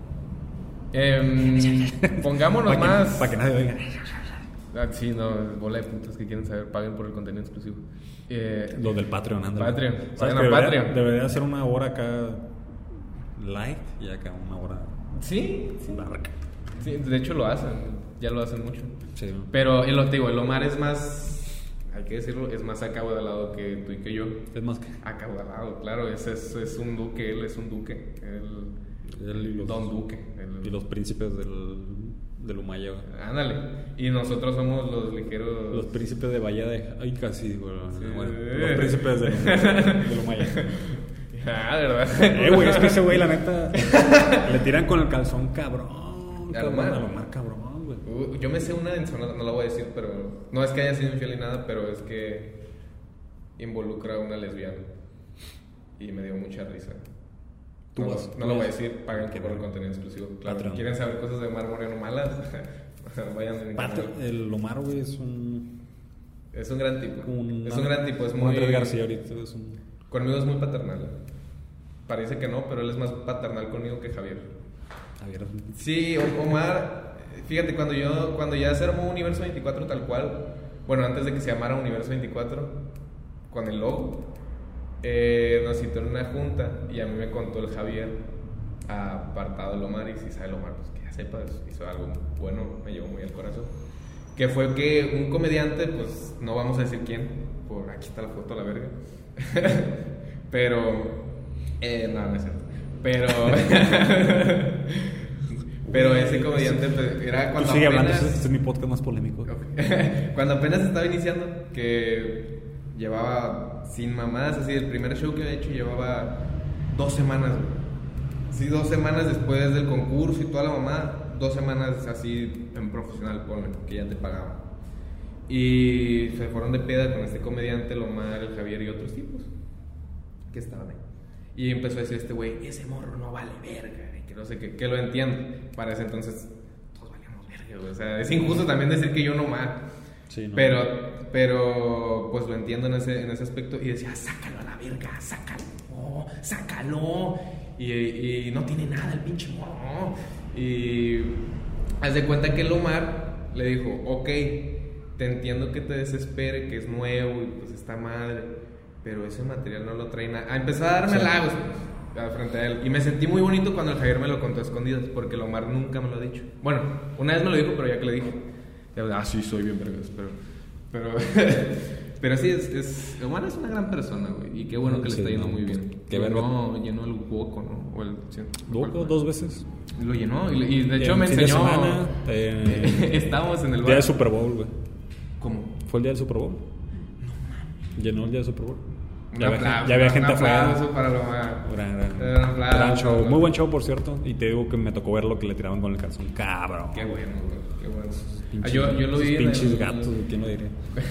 Eh, pongámonos pa más. Para que nadie oiga. Ah, sí, no, bola de putos que quieren saber, paguen por el contenido exclusivo. Eh, Lo del Patreon, anda. Patreon, paguen a debería, Patreon. Debería hacer una hora acá light y acá una hora. Sí, sí. Barca. Sí, de hecho lo hacen, ya lo hacen mucho. Sí. Pero el, te digo, el Omar es más, hay que decirlo, es más acaudalado que tú y que yo. Es más que acaudalado, claro, es, es, es un duque, él es un duque. El, él y los, Don Duque. El, y los príncipes del. Del Humaya. Ándale. Y nosotros somos los ligeros. Los príncipes de Bahía de. Ay, casi, bueno, sí. bueno los príncipes de, del Humaya. Ah, ¿verdad? Eh, güey, es que ese güey, la neta. Le tiran con el calzón, cabrón. A lo mar. A lo mar, cabrón, güey. Uh, yo me sé una en Sonata, no la voy a decir, pero. No es que haya sido infiel ni nada, pero es que. Involucra a una lesbiana. Y me dio mucha risa. Tú no, vas, no tú lo voy a vas. decir, paguen por el contenido exclusivo. Claro, Patreon. ¿Quieren saber cosas de Omar Moreno malas? Vayan a mi canal. El Omar, güey, es un... Es un gran tipo. Un, es un gran tipo, es un muy... Andrés García ahorita es un... Conmigo es muy paternal. Parece que no, pero él es más paternal conmigo que Javier. Javier. Sí, Omar, fíjate, cuando yo cuando ya se armó Universo veinticuatro tal cual, bueno, antes de que se llamara Universo veinticuatro, con el logo, eh, nos citó en una junta y a mí me contó el Javier, apartado del Omar, y si sabe el Omar, pues que ya sepas, hizo algo bueno, me llevó muy al corazón. Que fue que un comediante, pues no vamos a decir quién, por aquí está la foto a la verga, pero, eh, no, no es cierto, pero, pero ese comediante pues, era cuando sigue apenas, hablando, este es mi podcast más polémico. Okay. Cuando apenas estaba iniciando, que llevaba sin mamadas, así, el primer show que había hecho llevaba dos semanas, sí, dos semanas después del concurso y toda la mamada. Dos semanas así en profesional, ponle, que ya te pagaban. Y se fueron de peda con este comediante, el Omar, el Javier y otros tipos que estaban ahí. Y empezó a decir este güey, ese morro no vale verga, y que no sé qué, que lo entiendo. Para ese entonces, todos valíamos verga, güey. O sea, es injusto también decir que yo no más. Sí, no, pero, pero, pues lo entiendo en ese, en ese aspecto. Y decía, sácalo a la verga, sácalo, oh, sácalo. Y, y no tiene nada el pinche morro, ¿no? Y haz de cuenta que el Omar le dijo, ok, te entiendo que te desespere, que es nuevo y pues está madre, pero ese material no lo trae nada. Empezó a darme halagos pues, frente a él. Y me sentí muy bonito cuando el Javier me lo contó a escondidas, porque el Omar nunca me lo ha dicho. Bueno, una vez me lo dijo, pero ya que le dije, ah, sí, soy bien vergas, pero... Pero, pero sí, es, es, Omar es una gran persona, güey. Y qué bueno que le sí, está yendo no, muy bien. Que llenó, llenó el Woco, ¿no? O el, sí, Woco dos veces. Lo llenó. Y, y de hecho en me enseñó. De semana, eh, estábamos en el bar. Día del Super Bowl, güey. ¿Cómo? ¿Fue el día del Super Bowl? No mames. Llenó el día del Super Bowl. Ya había, aplauso, ya había gente afuera. Para lo gran, gran, gran show. Muy buen show, por cierto. Y te digo que me tocó ver lo que le tiraban con el calzón. Cabrón. Qué bueno, güey. Qué bueno. Pinches, ah, yo, yo lo vi. Pinches el, gatos, ¿quién lo diría?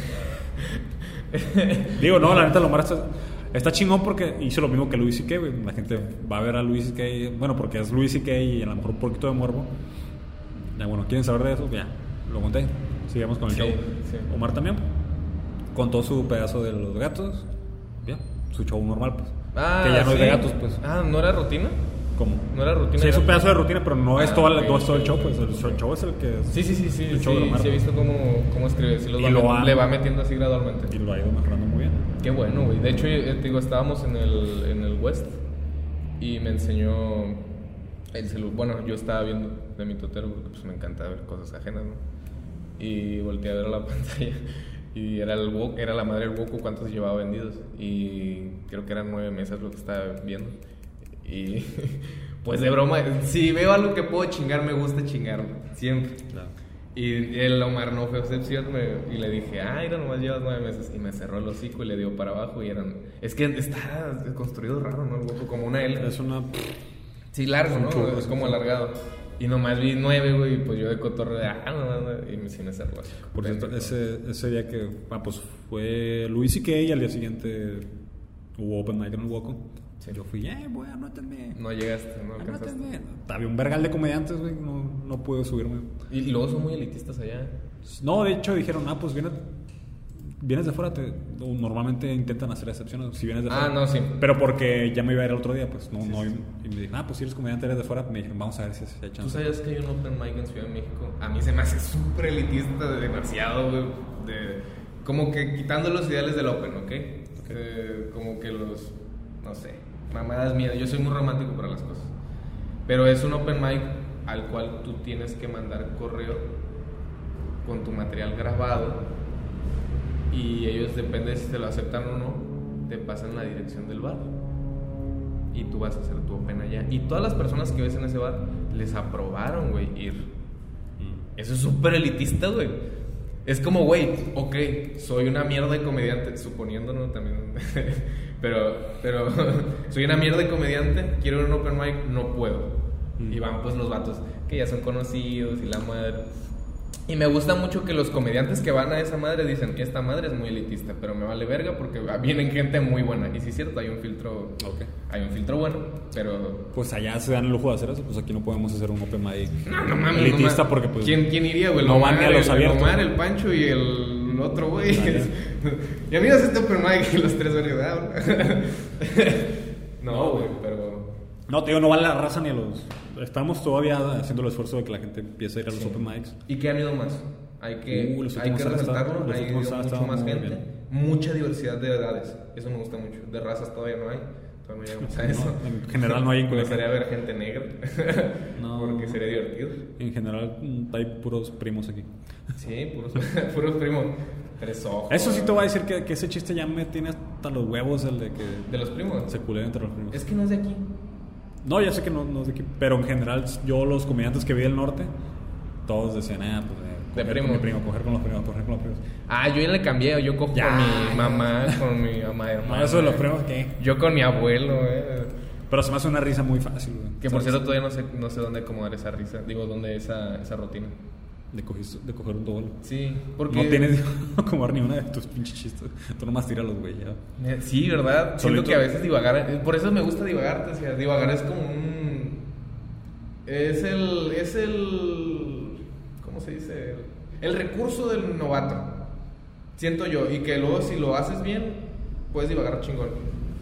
Digo, no, la neta, lo más está, está chingón porque hizo lo mismo que Louis C K, güey. La gente va a ver a Louis C K, bueno, porque es Louis C K y a lo mejor un poquito de morbo. Ya, bueno, ¿quieren saber de eso? Ya, lo conté. Sigamos con el sí, show. Sí. Omar también contó su pedazo de los gatos. Ya, su show normal, pues. Ah, que ya no sí. es de gatos, pues. Ah, ¿no era rutina? ¿Cómo? No era rutina. Sí, es un pedazo de rutina, pero no ah, es, toda la, okay, no es todo el okay, show, pues. okay. El show es el que es. Sí, sí, sí, sí. El sí, show de Omar, sí, he visto cómo, cómo escribe. Sí, los va, lo ha, le va metiendo así gradualmente. Y lo ha ido mejorando muy bien. Qué bueno, güey. De hecho, yo, te digo, estábamos en el, en el West y me enseñó el celular. Bueno, yo estaba viendo de mi totero porque pues me encanta ver cosas ajenas, ¿no? Y volteé a ver a la pantalla y era, el Woco, era la madre del Woco cuántos llevaba vendidos. Y creo que eran nueve mesas lo que estaba viendo. Y pues de broma, si veo algo que puedo chingar, me gusta chingar, siempre. Claro. Y el Omar no fue excepción, me, y le dije, ay, no, nomás llevas nueve meses. Y me cerró el hocico y le dio para abajo. Y eran. Es que está construido raro, ¿no? El Woco, como una L. Es una. Sí, largo, ¿no? Chulo, es como alargado. Y nomás vi nueve, güey, y pues yo de cotorreo de, ah, no, no, y me sí me cerró el hocico. Por cierto, ese, ese día que, ah, pues fue Louis C K y al día siguiente hubo Open Mic en el Woco. Sí. Yo fui, eh, güey, anótenme. No llegaste, no alcanzaste. Anótenme. Había un vergal de comediantes, güey, no, no pude subirme. Y luego son muy elitistas allá. No, de hecho dijeron, ah, pues vienes, vienes de fuera, te, normalmente intentan hacer excepciones si vienes de fuera. Ah, no, sí. Pero porque ya me iba a ir el otro día, pues no, sí, no. Sí. Y me dijeron, ah, pues si eres comediante, eres de fuera. Me dijeron, vamos a ver si se echan. ¿Tú sabías que hay un Open Mic en Ciudad de México? A mí se me hace súper elitista, demasiado, güey. De, como que quitando los ideales del Open, ¿ok? okay. Eh, como que los, no sé, mamadas mías. Yo soy muy romántico para las cosas. Pero es un Open Mic al cual tú tienes que mandar correo con tu material grabado y ellos, depende de si te lo aceptan o no, te pasan la dirección del bar y tú vas a hacer tu Open allá. Y todas las personas que ves en ese bar les aprobaron, güey, ir. Eso es súper elitista, güey. Es como, güey, ok, soy una mierda de comediante, suponiéndonos también, pero, pero soy una mierda de comediante, quiero ir a un Open Mic, no puedo. Mm. Y van pues los vatos que ya son conocidos y la madre. Y me gusta mucho que los comediantes que van a esa madre dicen, esta madre es muy elitista, pero me vale verga porque vienen gente muy buena. Y sí es cierto, hay un filtro, okay. hay un filtro bueno, pero... Pues allá se dan el lujo de hacer eso, pues aquí no podemos hacer un Open Mic no, no mames, elitista no, porque pues... ¿Quién, quién iría, güey? No Omar, van ni a los abiertos. El Omar, el Pancho y el otro güey. Y a mí no es este Open Mic y los tres vergas. No, güey, pero... No, te digo, no vale la raza ni a los... Estamos todavía haciendo el esfuerzo de que la gente empiece a ir a los sí. Open Mics. ¿Y qué han ido más? Hay que, uh, hay que resaltarlo, hay ido mucho más gente. mucha diversidad de edades. Eso me gusta mucho. De razas todavía no hay. Todavía no llegamos a eso. No, en general no hay. Me gustaría ver gente negra. No. Porque sería divertido. En general hay puros primos aquí. Sí, puros, puros primos. Tres ojos. Eso sí te voy a decir que, que ese chiste ya me tiene hasta los huevos, el de que... ¿De los primos? Se culen entre los primos. Es que no es de aquí. No, ya sé que no, no es de aquí. Pero en general, yo los comediantes que vi del norte, todos decían, ah, pues... De coger primo. Con mi primo, coger con los primos, coger con los primos. Ah, yo ya le cambié. Yo cojo ya. con mi mamá, con mi mamá hermana. No, eso de los primos, ¿qué? Yo con mi abuelo, eh. Pero se me hace una risa muy fácil, güey. Que por cierto todavía no sé, no sé dónde acomodar esa risa. Digo, dónde esa, esa rutina. De coger, de coger un doble. Sí, porque... No tienes que acomodar ni una de tus pinches chistes. Tú nomás tíralos, güey, ya. Sí, ¿verdad? Siento que a veces divagar... Por eso me gusta divagar, te decía. Divagar es como un... Es el... Es el... ¿Cómo se dice? El recurso del novato. Siento yo. Y que luego si lo haces bien, puedes divagar chingón.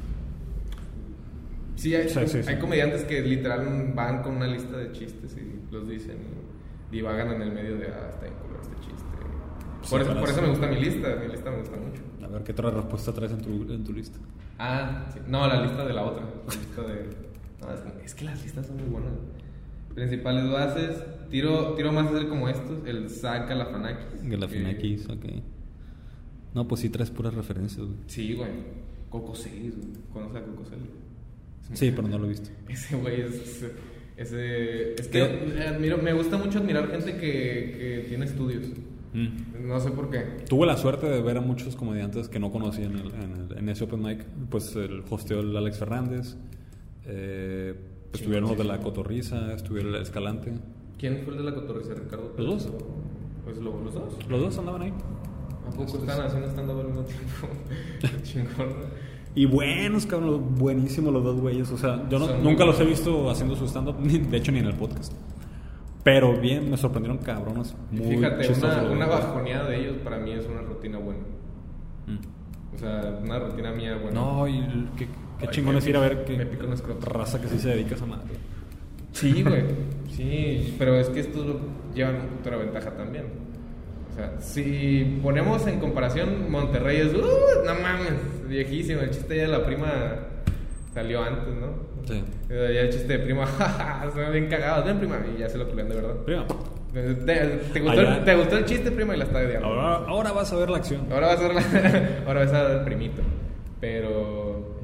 Sí, hay, sí, sí, sí. hay comediantes que literal van con una lista de chistes y los dicen y divagan en el medio de, ah, está bien color este chiste. Sí, por, eso, por eso me gusta mi lista, mi lista me gusta mucho. A ver, ¿qué otra respuesta traes en tu, en tu lista? Ah, sí. No, la lista de la otra. La lista de... No, es, que, es que las listas son muy buenas. Principales bases, tiro, tiro más a hacer como estos, el Saca Galifianakis. Galifianakis, ok. No, pues sí traes puras referencias, güey. Sí, güey. Coco Celis, güey. ¿Conoces a Coco Celis? Sí, pero no lo he visto. Ese güey es... Ese, es que admiro, me gusta mucho admirar gente que, que tiene estudios. Mm. No sé por qué. Tuve la suerte de ver a muchos comediantes que no conocía en, el, en, el, en ese open mic. Pues el hosteo el Alex Fernández. Eh, pues estuvieron los de La Cotorriza, estuvieron el Escalante. ¿Quién fue el de La Cotorriza, Ricardo? ¿Los dos? Pues lo, los dos. Los dos andaban ahí. ¿A poco estaban haciendo stand-up al mismo tiempo? Chingón. Y buenos, cabrón, buenísimos los dos güeyes. O sea, yo no, nunca los he visto haciendo su stand-up, de hecho ni en el podcast. Pero bien, me sorprendieron cabrones. Muy Fíjate, una, una bajoneada de ellos para mí es una rutina buena. Mm. O sea, una rutina mía buena. No, y qué, qué chingón es ir a ver qué me raza que sí se dedica a esa madre. Sí, güey. Sí, pero es que estos llevan otra ventaja también. O sea, si ponemos en comparación, Monterrey es, uh, no mames, viejísimo. El chiste ya de la prima salió antes, ¿no? Sí. Ya el chiste de prima, jaja, se me bien cagados, ven prima, y ya se lo culean de verdad. Prima. ¿Te, te, gustó el, ¿Te gustó el chiste, prima? Y la está odiando. Ahora, ahora vas a ver la acción. Ahora vas a ver la, ahora vas a ver el primito. Pero...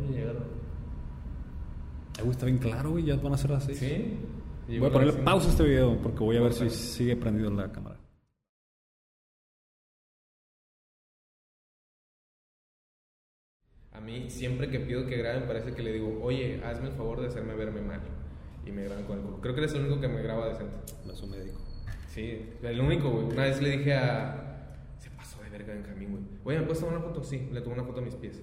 Ay, está bien claro, güey, ya van a ser las seis. Sí. Voy a ponerle pausa a este video porque voy a ver si sigue prendido la cámara. A mí, siempre que pido que graben, parece que le digo, oye, hazme el favor de hacerme verme mal. Y me graban con el culo. Creo que eres el único que me graba decente. No es un médico. Sí, el único, güey. Una vez le dije a... Se pasó de verga Benjamín, güey. Oye, ¿me puedes tomar una foto? Sí, le tomé una foto a mis pies.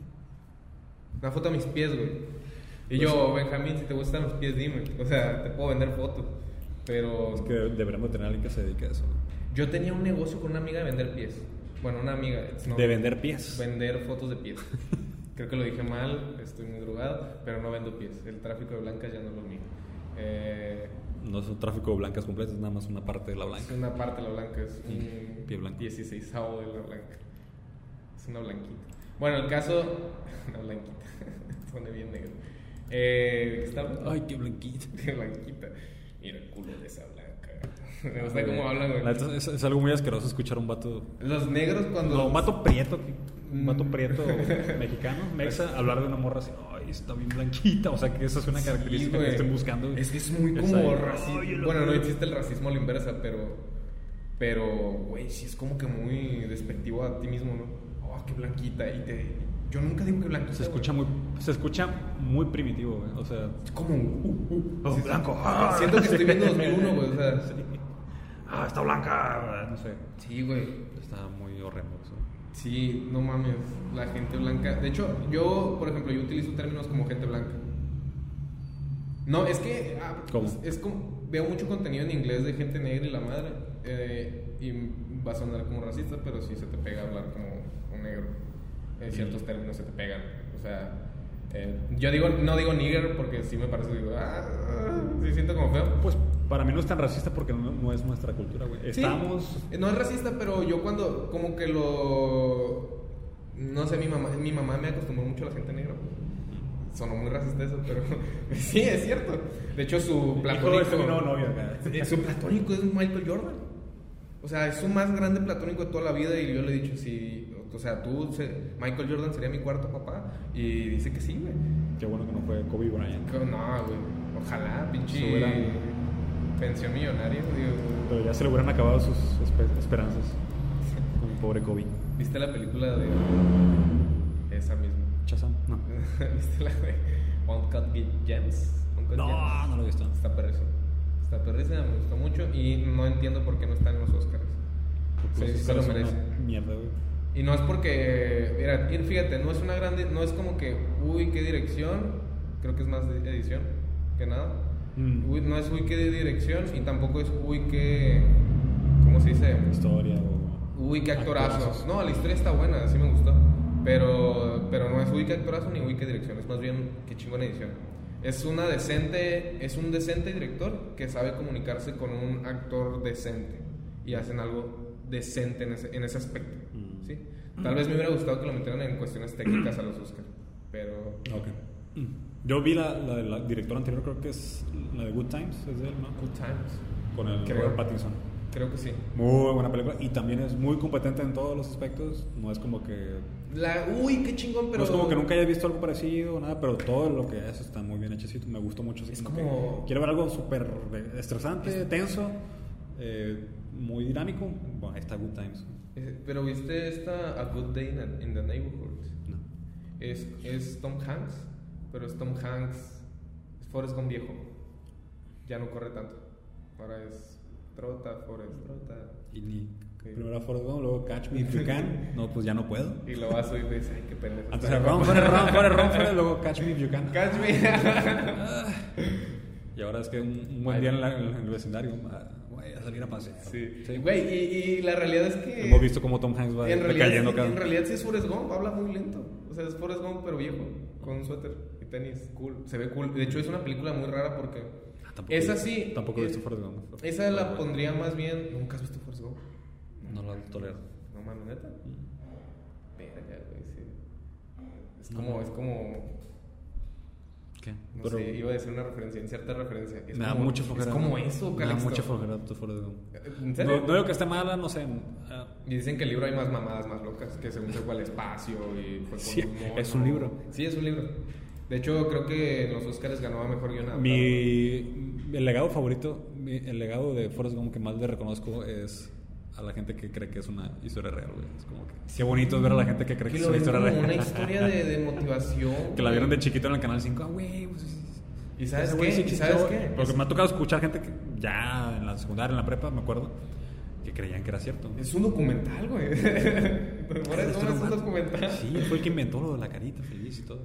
Una foto a mis pies, güey. Y yo, Benjamín, si te gustan los pies, dime. O sea, te puedo vender fotos. Pero... Es que deberíamos tener a alguien que se dedique a eso. Yo tenía un negocio con una amiga de vender pies. Bueno, una amiga. No, ¿de vender pies? Vender fotos de pies. Creo que lo dije mal, estoy muy drogado, pero no vendo pies. El tráfico de blancas ya no es lo mío. Eh, no es un tráfico de blancas completo, es nada más una parte de la blanca. Es una parte de la blanca, es un pie blanco. dieciseisavo de la blanca. Es una blanquita. Bueno, el caso... Una blanquita. Pone bien negro. Eh, ¿Está hablando? Ay, qué blanquita. Qué blanquita. Mira el culo de esa blanca. Me gusta cómo hablan, güey. Es, es algo muy asqueroso escuchar a un vato... Los negros cuando... No, un vato prieto, un vato prieto mexicano, mexa, hablar de una morra así, ay, está bien blanquita, o sea, que esa es una característica sí, que estén buscando. Es que es muy como racismo. Bueno, no existe el racismo a la inversa, pero... Pero, güey, sí es como que muy despectivo a ti mismo, ¿no? Oh, qué blanquita, y te... Yo nunca digo que blanquita. Se escucha muy, se escucha muy primitivo, güey. O sea, es como un uh, uh, oh, sí, blanco. Ah, siento que estoy viendo dos mil uno, güey. O sea, sí. Ah, está blanca. No sé. Sí, güey. Está muy horrendo eso. Sí, no mames. La gente blanca. De hecho, yo, por ejemplo, yo utilizo términos como gente blanca. No, es que. Ah, ¿Cómo? Es, es como. Veo mucho contenido en inglés de gente negra y la madre. Eh, y va a sonar como racista, pero sí se te pega hablar como un negro. En ciertos términos se te pegan. O sea, eh, yo digo, no digo nigger porque sí me parece, digo, ah, sí siento como feo. Pues para mí no es tan racista porque no, no es nuestra cultura, güey. Estamos... Sí, no es racista, pero yo cuando como que lo... No sé, mi mamá, mi mamá me acostumbró mucho a la gente negra. Sonó muy racista eso, pero sí, es cierto. De hecho, su platónico... No, novio, su platónico es Michael Jordan. O sea, es su más grande platónico de toda la vida y yo le he dicho, sí, o sea, tú, Michael Jordan sería mi cuarto papá. Y dice que sí, güey. Qué bueno que no fue Kobe Bryant. No, güey. Ojalá, pinche hubieran... pensión millonaria, digo. Pero ya se le hubieran acabado sus espe- esperanzas. Con el pobre Kobe. ¿Viste la película de esa misma? Shazam, no. ¿Viste la de Uncut Gems? Uncut No, Gems? no lo he visto. Está perrísima. Está perrísima, me gustó mucho y no entiendo por qué no están en los Oscars. Pues Sí, se lo merece. Mierda, güey. Y no es porque, mira, fíjate, no es una grande, no es como que, uy, qué dirección, creo que es más de edición que nada. Mm. Uy, no es uy, qué dirección y tampoco es uy, qué, ¿cómo se dice? Historia o... Uy, qué actorazo. Actorazos. No, la historia está buena, sí me gustó. Pero, pero no es uy, qué actorazo ni uy, qué dirección, es más bien qué chingona edición. Es una decente, es un decente director que sabe comunicarse con un actor decente y hacen algo decente en ese, en ese aspecto. Mm. ¿Sí? Tal vez me hubiera gustado que lo metieran en cuestiones técnicas a los Oscars, pero... Okay. Mm. Yo vi la, la de la directora anterior, creo que es la de Good Times, es de él, ¿no? Good Times. Con el Robert Pattinson. Creo que sí. Muy buena película y también es muy competente en todos los aspectos. No es como que... La, uy, qué chingón, pero... No es como que nunca haya visto algo parecido o nada, pero todo lo que es está muy bien hechecito. Me gustó mucho. Así es como... como... Quiero ver algo súper estresante, es... tenso, eh, muy dinámico. Bueno, ahí está Good Times. Eh, pero ¿viste esta A Good Day in, in the Neighborhood? No. Es, es Tom Hanks, pero es Tom Hanks... Es Forrest Gump viejo. Ya no corre tanto. Ahora es... Trota, Forrest, trota. Y ni... Primero era Forrest Gump, luego Catch Me If You Can. No, pues ya no puedo. Y lo vas a oír y dices, ay, qué pendejo. Antes era Run, Forrest, Run, Forrest, Run, Forrest, luego Catch Me If You Can. Catch Me. Y ahora es que un, un buen día en, la, en el vecindario, voy a salir a pasear. Sí. Sí. Güey, y, y la realidad es que... Hemos visto cómo Tom Hanks va en realidad, cayendo cada... En realidad sí es Forrest Gump, habla muy lento. O sea, es Forrest Gump pero viejo, con un suéter y tenis, cool. Se ve cool. De hecho es una película muy rara porque... Tampoco esa he, sí. Tampoco he visto Forrest Gump. Esa la pondría más bien... ¿Nunca has visto Forrest Gump? No la tolero. No mames, neta. Mm. Verga, güey, sí. Es como, no. es como... ¿Qué? No Pero sé, iba a decir una referencia, en cierta referencia. Es me como, da mucha flojera. Es como eso, Calixto. Me da mucha flojera tu Forrest Gump. ¿En serio? No, no digo que esté mala, no sé. Uh, y dicen que el libro hay más mamadas más locas, que según se fue al espacio y fue con sí, un mono. es un libro. Sí, es un libro. De hecho, creo que en los Oscars ganó a Mejor Guion Adaptado. Mi... El legado favorito, mi, el legado de Forrest Gump que más le reconozco es a la gente que cree que es una historia real, güey. Es como que qué bonito es ver a la gente que cree que, que es una historia real. Una historia de, de motivación. Que la vieron de chiquito en el canal cinco. Ah, güey, pues... ¿Y sabes qué? ¿Y sabes qué? Porque me ha tocado escuchar gente que ya en la secundaria, en la prepa, me acuerdo, que creían que era cierto. Es un documental, güey. Por eso es un documental. Sí, fue el que inventó lo de la carita feliz y todo.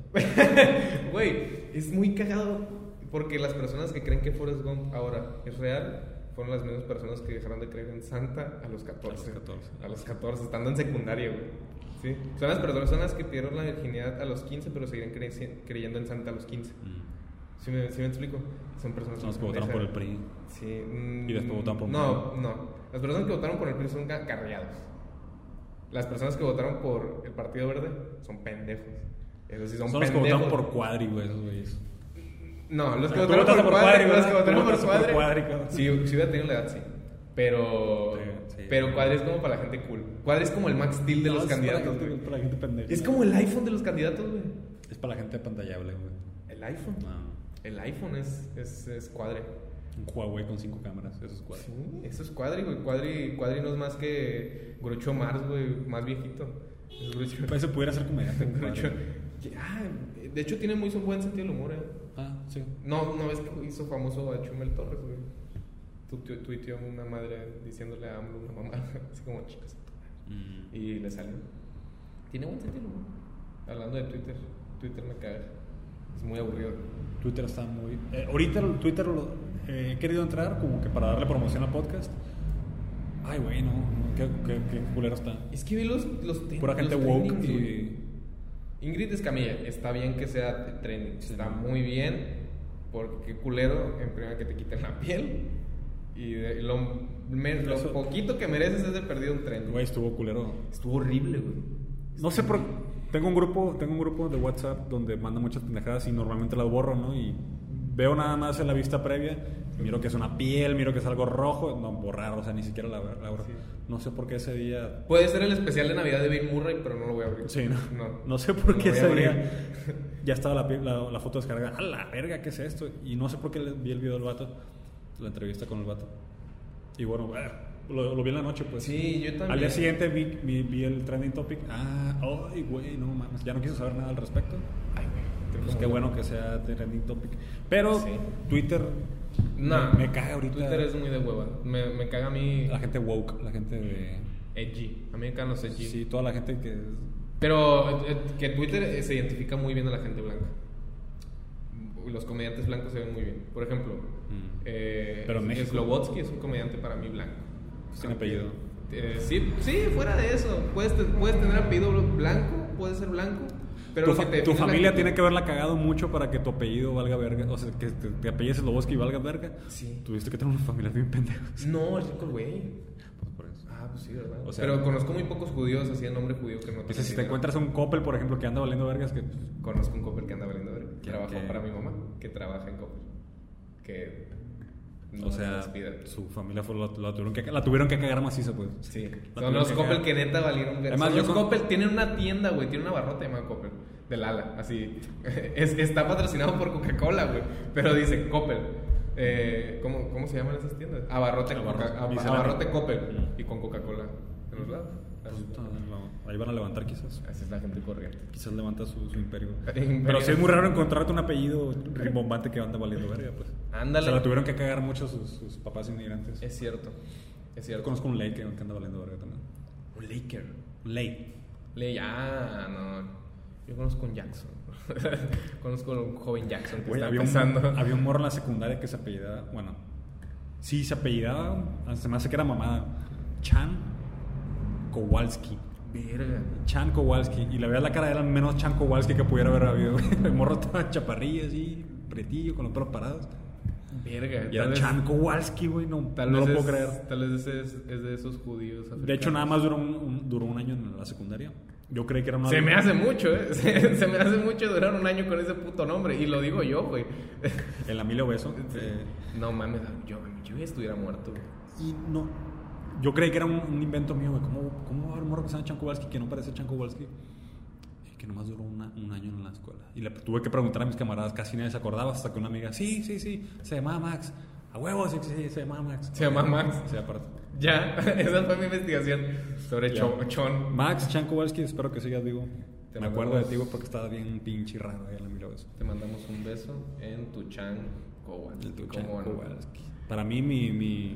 Güey, es muy cagado porque las personas que creen que Forrest Gump ahora es real fueron las mismas personas que dejaron de creer en Santa a los catorce. A los catorce. A los catorce, estando en secundaria, güey. ¿Sí? Son las personas que perdieron la virginidad a los quince, pero seguirán cre- creyendo en Santa a los quince. Mm. ¿Sí me, ¿Sí me explico? Son personas Son las que votaron por el P R I. Sí. Mm, Y después votaron por el No, no. Las personas que votaron por el P R I son carriados. Las personas que votaron por el Partido Verde son pendejos. Esos sí son, son pendejos. los que votaron por Cuadri, güey, esos güeyes. No, los que o sea, votaron por, por Cuadri, los que votaron por Cuadri. Cuadri sí, si hubiera tenido la edad, sí. Pero, sí, sí. Pero Cuadri es como para la gente cool. Cuadri es como el Max Steel de no, los candidatos, güey. Es para la gente pendeja. Es como el iPhone de los candidatos, güey. Es para la gente pantallable, güey. ¿El iPhone? No. El iPhone es, es, es Cuadri. Un Huawei con cinco cámaras, eso es Cuadri. Sí, eso es Cuadri, güey. Cuadri, Cuadri no es más que Groucho Marx, güey, más viejito. Es Groucho. Pues se pudiera hacer comediante. Groucho. Ah, de hecho tiene muy buen sentido del humor, eh. Ah, sí. No, no ves que hizo famoso a Chumel Torres, güey. Tu, tu, tuiteó una madre diciéndole a AMLO una mamá, así como chicas. Mm. Y le salió. Tiene buen sentido del humor. Hablando de Twitter, Twitter me caga. Es muy aburrido. Twitter está muy... Eh, ahorita el Twitter lo, eh, he querido entrar como que para darle promoción al podcast. Ay, güey, no. Qué, qué, qué culero está. Es que vi los... los ten, Pura gente los woke trainings, y... Güey. Ingrid Escamilla, está bien que sea trending. Sí. Está muy bien. Porque qué culero, en primera, que te quiten la piel. Y de, lo, me, lo poquito que mereces es de perdido un tren. Güey, estuvo culero. Estuvo horrible, güey. No sé por... Tengo un grupo, tengo un grupo de WhatsApp donde manda muchas pendejadas y normalmente las borro, ¿no? Y veo nada más en la vista previa, miro que es una piel, miro que es algo rojo, no, borrar, o sea, ni siquiera la, la abro. Sí. No sé por qué ese día... Puede ser el especial de Navidad de Bill Murray, pero no lo voy a abrir. Sí, no. No, no sé por qué no ese día ya estaba la, la, la foto descargada. ¡A la verga! ¿Qué es esto? Y no sé por qué vi el video del vato, la entrevista con el vato. Y bueno, lo, lo vi en la noche, pues. Sí, yo también. Al día siguiente vi, vi, vi el trending topic. Ah, ay, güey, no mames. Ya no quiso saber nada al respecto. Ay, güey. Pues qué bueno que sea trending topic. Pero sí. Twitter... No, me, me caga ahorita. Twitter es muy de hueva. Me, me caga a mí. La gente woke, la gente de. Edgy. A mí me cagan los edgy. Sí, toda la gente que. Pero eh, que Twitter se identifica muy bien a la gente blanca. Los comediantes blancos se ven muy bien. Por ejemplo, mm. eh, Pero México. Slobodsky es un comediante para mí blanco. ¿Tiene apellido? Eh, sí, sí, fuera de eso. Puedes, te, puedes tener apellido blanco, puedes ser blanco. Pero tu, fa tu familia la... tiene que haberla cagado mucho para que tu apellido valga verga. O sea, que te, te apellides Slobodsky y valga verga. Sí. Tuviste que tener una familia bien pendejos. No, es rico el güey. Pues por eso. Ah, pues sí, ¿verdad? O sea, pero conozco muy pocos judíos así de nombre judío que no te. Si te encuentras un Coppel, por ejemplo, que anda valiendo vergas, que. Conozco un Coppel que anda valiendo verga. Que trabajó para mi mamá, que trabaja en Coppel. Que. No, o sea, su familia fue, la, la, tuvieron que, la tuvieron que cagar macizo, pues. Sí. Son los Coppel que neta valieron. Además, los con... Coppel tienen una tienda, güey. Tienen una barrota llamada Coppel. Del ala, así. Es, está patrocinado por Coca-Cola, güey. Pero dice Coppel. Eh, ¿cómo, ¿Cómo se llaman esas tiendas? Abarrote, Abarrote, Coca, Abarrote Coppel. Y con Coca-Cola en los lados. Ahí van a levantar quizás. Así es la gente corriente. Quizás levanta su, su imperio. Pero sí es muy raro encontrarte un apellido rimbombante que anda valiendo verga, pues. Ándale. Se la tuvieron que cagar mucho sus, sus papás inmigrantes. Es cierto. Es cierto. Yo conozco un Ley que, que anda valiendo verga también. Un Laker. Un Ley. Ley, ah, no. Yo conozco un Jackson. Conozco a un joven Jackson que Oye, está había empezando. Un, había un morro en la secundaria que se apellidaba, bueno, sí, se apellidaba, se me hace que era mamada, Chan Kowalski. Verga. Chan Kowalski. Y la verdad la cara era menos Chan Kowalski que pudiera haber habido. El morro estaba chaparrillo así, pretillo, con los pelos parados. Verga. Y era vez, Chan Kowalski, güey, no, tal no vez lo es, puedo creer. Tal vez ese es, es de esos judíos africanos. De hecho, nada más duró un, un, duró un año en la secundaria. Yo creí que era una... Se me hace mucho, ¿eh? Se, se me hace mucho durar un año con ese puto nombre. Y lo digo yo, güey. El Emilio Beso. Sí. Eh, no mames, yo, yo ya estuviera muerto, güey. Y no... Yo creí que era un, un invento mío, güey. ¿Cómo, ¿Cómo va a haber morro que se llama Chan Kowalski que no parece Chan Kowalski? Y que nomás duró una, un año en la escuela. Y le tuve que preguntar a mis camaradas, casi nadie se acordaba, hasta que una amiga, sí, sí, sí, se llamaba Max. A huevo, sí, sí, se llamaba Max. ¿Se llama Max? Sí, aparte. Ya, esa fue mi investigación sobre Chon, Chon. Max Chan Kowalski, espero que sigas vivo. Te Me acuerdo de ti, güey, porque estaba bien pinche raro ahí en la Emilio Beso. Te mandamos un beso en tu Chan Kowalski. En tu Chan Kowalski. Para mí, mi... mi...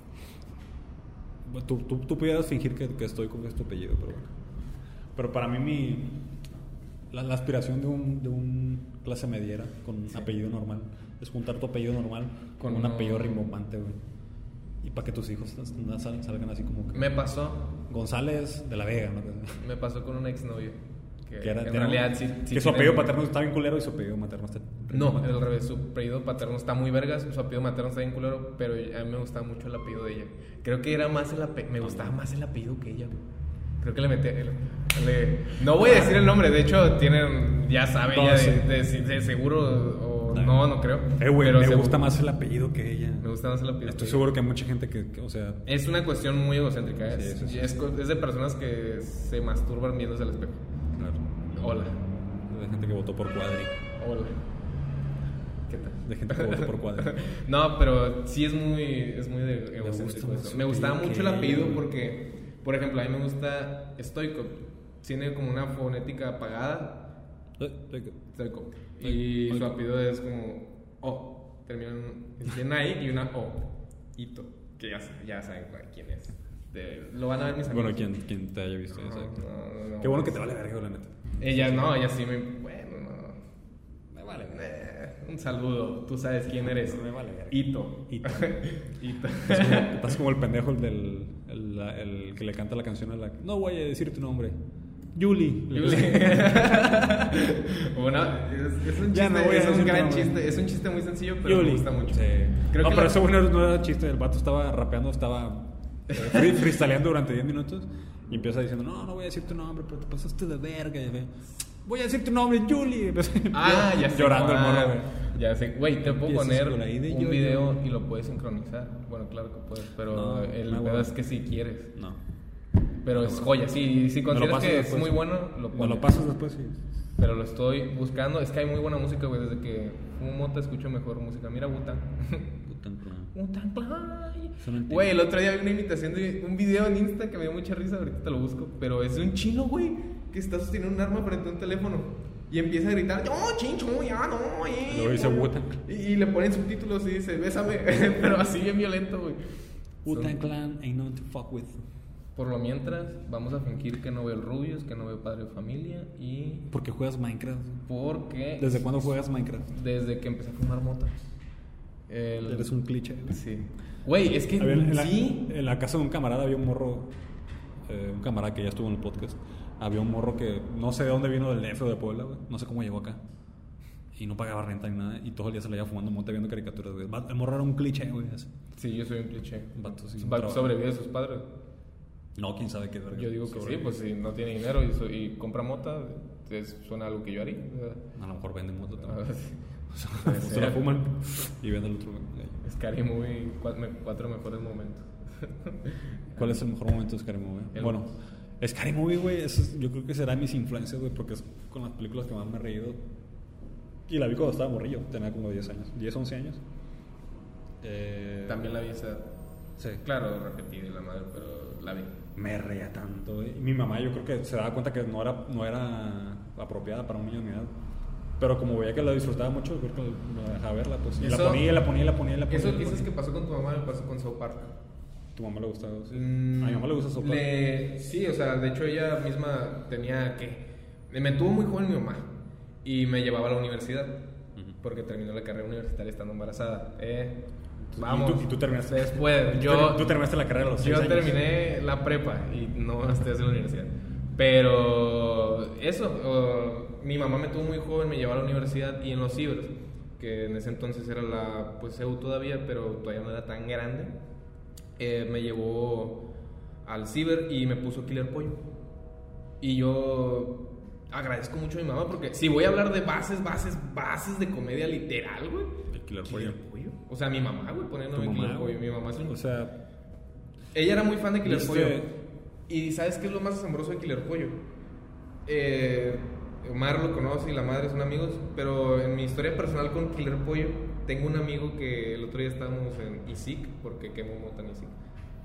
Tú, tú, tú pudieras fingir que, que estoy con este apellido, pero bueno. Pero para mí, mi... La, la aspiración de un, de un clase mediera con sí. apellido normal es juntar tu apellido normal con, con un apellido rimbombante, güey. Y para que tus hijos salgan, salgan así como que... Me pasó. González de la Vega, ¿no? Me pasó con una exnovia. Que, que, era, que en que realidad era, sí, sí que su apellido paterno está bien culero y su apellido materno está... No, al revés. Su apellido paterno está muy vergas, su apellido materno está bien culero, pero a mí me gustaba mucho el apellido de ella. Creo que era más el apellido... Me gustaba más el apellido que ella. Creo que le metí... Le, le, no voy a decir el nombre, de hecho tienen... Ya sabe ella de, de, de, de seguro... O, no, no creo. Eh, güey, me seguro, gusta más el apellido que ella. Me gusta más el apellido. Estoy seguro que hay mucha gente que, que, o sea... Es una cuestión muy egocéntrica. Es, sí, sí, sí. Es, es de personas que se masturban viéndose al espejo. Claro. Hola. De gente que votó por Cuadri. Hola. ¿Qué tal? De gente que votó por Cuadri. No, pero sí es muy, es muy de egocéntrico eso. Me gustaba mucho el apellido porque, por ejemplo, a mí me gusta Stoico. Tiene como una fonética apagada. Stoico. Y su apellido es como O. Termina en una I y una O. Ito. Que ya, ya saben quién es. De, lo van a ver mis amigos. Bueno, quien, quien te haya visto. No, no, no, no, Qué bueno que te vale verga, la neta. Ella no, ella sí me... Bueno, no. Me vale. Eh, un saludo. Tú sabes quién eres. Me vale verga. Ito. Ito. Ito. Estás como el pendejo el del... El, el que le canta la canción a la... No voy a decir tu nombre. Julie. Julie. Bueno, es, es un chiste, no es un gran chiste. Es un chiste muy sencillo, pero Julie. Me gusta mucho. Sí. Creo no, que pero la... eso bueno, no era chiste. El vato estaba rapeando, estaba... freestyleando durante diez minutos Y empieza diciendo, no, no voy a decir tu nombre, pero te pasaste de verga. Y voy a decir tu nombre, Julie. Ah, ya sé. Llorando el morro, güey. Ya sé. Güey, te puedo poner un yo, video yo. y lo puedes sincronizar. Bueno, claro que puedes, pero no, el no, pedo es que si quieres. No. Pero no, es joya. Si, si consideras que después. Es muy bueno, lo pones. Me lo pasas después, sí. Pero lo estoy buscando. Es que hay muy buena música, güey. Desde que fumo te escucho mejor música. Mira Wu-Tang. Wu-Tang Clan. Wu-Tang Clan. Güey, el otro día vi una imitación de un video en Insta que me dio mucha risa. Ahorita te lo busco. Pero es de un chino, güey, que está sosteniendo un arma frente a un teléfono. Y empieza a gritar, yo, chincho, ya no, eh. Luego dice Wu-Tang. Y, y le ponen subtítulos y dice, bésame. Pero así bien violento, güey. Wu-Tang Clan ain't no to fuck with. Por lo mientras, vamos a fingir que no veo el Rubius, que no veo Padre de Familia y... ¿Por qué juegas Minecraft? Porque... ¿Desde cuándo juegas Minecraft? Desde que empecé a fumar mota. El... Eres un cliché. Sí. Güey, es que había, en, sí... La, en la casa de un camarada había un morro, eh, un camarada que ya estuvo en el podcast, había un morro que no sé de dónde vino, del D F o de Puebla, güey, no sé cómo llegó acá. Y no pagaba renta ni nada. Y todo el día se le iba fumando mota viendo caricaturas, güey. El morro era un cliché, güey. Sí, yo soy un cliché. Un vato sin trabajo. ¿Sobrevive a sus padres? No, quién sabe qué verga. Yo digo que sí, pues si no tiene dinero y, so, y compra mota, es, suena algo que yo haría. O sea, a lo mejor vende mota también. Ah, sí. O sea, se la fuman y vende el otro. Scary Movie, cuatro, cuatro mejores momentos. ¿Cuál es el mejor momento de Scary Movie? El... Bueno, Scary Movie, güey, es, yo creo que será mis influencias, güey, porque es con las películas que más me he reído. Y la vi cuando estaba morrillo, tenía como diez años, diez, once años. Eh... También la vi esa. Sí. Claro, repetí de la madre, pero la vi. Me reía tanto, güey. Y mi mamá, yo creo que se daba cuenta que no era, no era apropiada para un niño de mi edad. Pero como veía que la disfrutaba mucho, creo que me dejaba verla, pues. Y eso, la ponía, la ponía, la ponía, la ponía. Eso que dices que pasó con tu mamá, me pasó con South Park. ¿Tu mamá le gustaba? Sí. Mm, a mi mamá le gusta South Park. Le... Sí, o sea, de hecho ella misma tenía que... Me tuvo muy joven mi mamá y me llevaba a la universidad. Uh-huh. Porque terminó la carrera universitaria estando embarazada. Eh, vamos. ¿Y tú, y tú terminaste? Después, yo... Tú terminaste la carrera a los seis Yo años. terminé la prepa y no estoy en la universidad. Pero eso, uh, mi mamá me tuvo muy joven, me llevó a la universidad y en los cibers, que en ese entonces era la, pues, C E U todavía, pero todavía no era tan grande, eh, me llevó al ciber y me puso Killer Pollo. Y yo agradezco mucho a mi mamá porque si voy a hablar de bases, bases, bases de comedia literal, güey. El Killer, Killer Pollo. Pollo. O sea, mi mamá, güey, poniéndome mamá, Killer Pollo. Mi mamá es un... O sea... Ella era muy fan de Killer este... Pollo. Y ¿sabes qué es lo más asombroso de Killer Pollo? Eh, Omar lo conoce y la madre son amigos, pero en mi historia personal con Killer Pollo, tengo un amigo que el otro día estábamos en I S I C, porque quemó mota en I S I C.